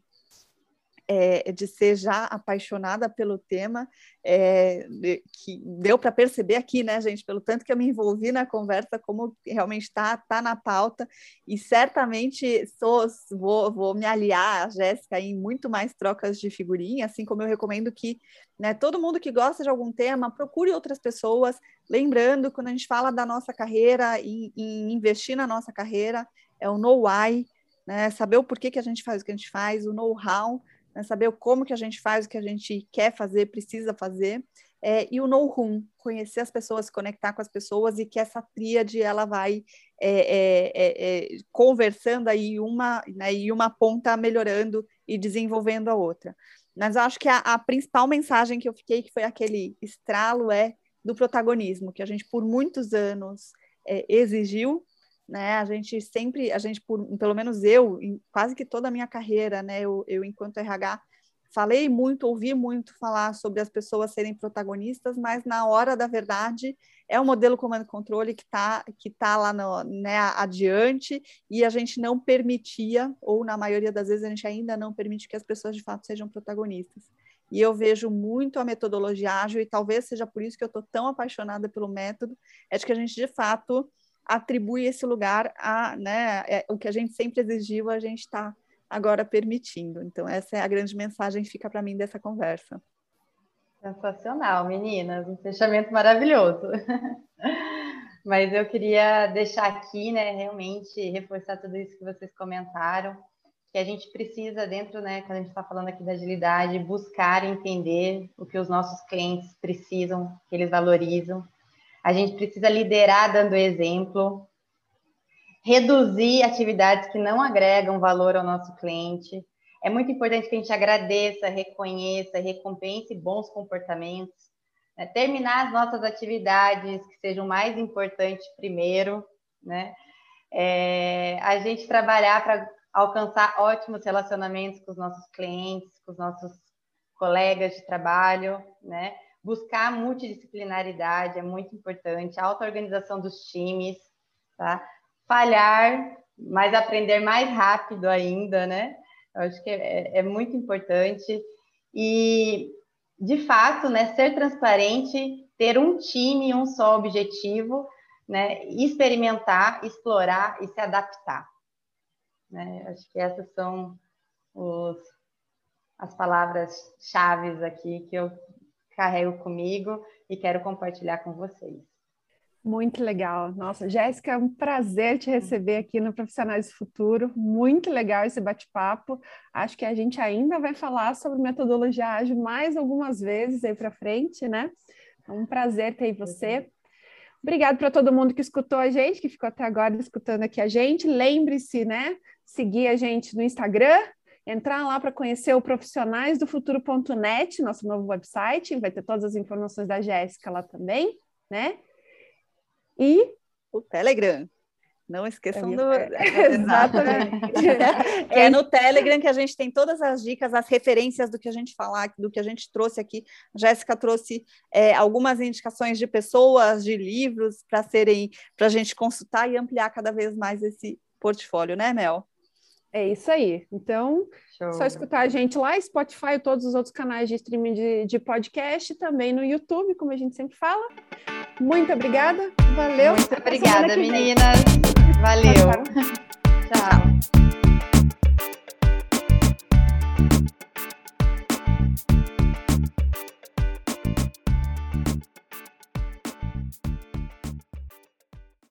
É, de ser já apaixonada pelo tema, é, de, que deu para perceber aqui, né, gente, pelo tanto que eu me envolvi na conversa, como realmente está tá na pauta, e certamente sou, vou, vou me aliar a Jéssica em muito mais trocas de figurinha, assim como eu recomendo que, né, todo mundo que gosta de algum tema, procure outras pessoas, lembrando, quando a gente fala da nossa carreira, em, em investir na nossa carreira, é o know why, né, saber o porquê que a gente faz o que a gente faz, o know-how, né, saber como que a gente faz o que a gente quer fazer, precisa fazer, é, e o know-whom, conhecer as pessoas, se conectar com as pessoas, e que essa tríade ela vai é, é, é, é, conversando aí uma, né, e uma ponta melhorando e desenvolvendo a outra. Mas eu acho que a, a principal mensagem que eu fiquei, que foi aquele estralo, é do protagonismo, que a gente por muitos anos é, exigiu, né? A gente sempre, a gente, por, pelo menos eu, em quase que toda a minha carreira, né, eu, eu enquanto R H, falei muito, ouvi muito falar sobre as pessoas serem protagonistas, mas na hora da verdade é o modelo comando e controle que está que tá lá no, né, adiante, e a gente não permitia, ou na maioria das vezes a gente ainda não permite que as pessoas de fato sejam protagonistas. E eu vejo muito a metodologia ágil, e talvez seja por isso que eu estou tão apaixonada pelo método, é de que a gente de fato atribui esse lugar a, né, é, o que a gente sempre exigiu, a gente está agora permitindo. Então, essa é a grande mensagem que fica para mim dessa conversa. Sensacional, meninas, um fechamento maravilhoso. Mas eu queria deixar aqui, né, realmente reforçar tudo isso que vocês comentaram, que a gente precisa dentro, né, quando a gente está falando aqui da agilidade, buscar entender o que os nossos clientes precisam, que eles valorizam. A gente precisa liderar dando exemplo, reduzir atividades que não agregam valor ao nosso cliente. É muito importante que a gente agradeça, reconheça, recompense bons comportamentos, né? Terminar as nossas atividades que sejam mais importantes primeiro, né? É, a gente trabalhar para alcançar ótimos relacionamentos com os nossos clientes, com os nossos colegas de trabalho, né? Buscar multidisciplinaridade é muito importante, a auto-organização dos times, tá? Falhar, mas aprender mais rápido ainda, né? Eu acho que é, é muito importante. E, de fato, né, ser transparente, ter um time, um só objetivo, né? Experimentar, explorar e se adaptar. Né? Acho que essas são os, as palavras-chave aqui que eu carrego comigo e quero compartilhar com vocês. Muito legal. Nossa, Jéssica, é um prazer te receber aqui no Profissionais do Futuro. Muito legal esse bate-papo. Acho que a gente ainda vai falar sobre metodologia ágil mais algumas vezes aí para frente, né? É um prazer ter você. Obrigado para todo mundo que escutou a gente, que ficou até agora escutando aqui a gente. Lembre-se, né? Seguir a gente no Instagram, entrar lá para conhecer o profissionais do futuro ponto net, nosso novo website, vai ter todas as informações da Jéssica lá também, né? E o Telegram. Não esqueçam do... Exatamente. Que é no Telegram que a gente tem todas as dicas, as referências do que a gente falar, do que a gente trouxe aqui. A Jéssica trouxe é, algumas indicações de pessoas, de livros, para serem, para a gente consultar e ampliar cada vez mais esse portfólio, né, Mel? É isso aí. Então, Show. Só escutar a gente lá, Spotify e todos os outros canais de streaming de, de podcast, também no YouTube, como a gente sempre fala. muito obrigada. Valeu. Muito obrigada, meninas. Valeu. Tchau, tchau. Tchau.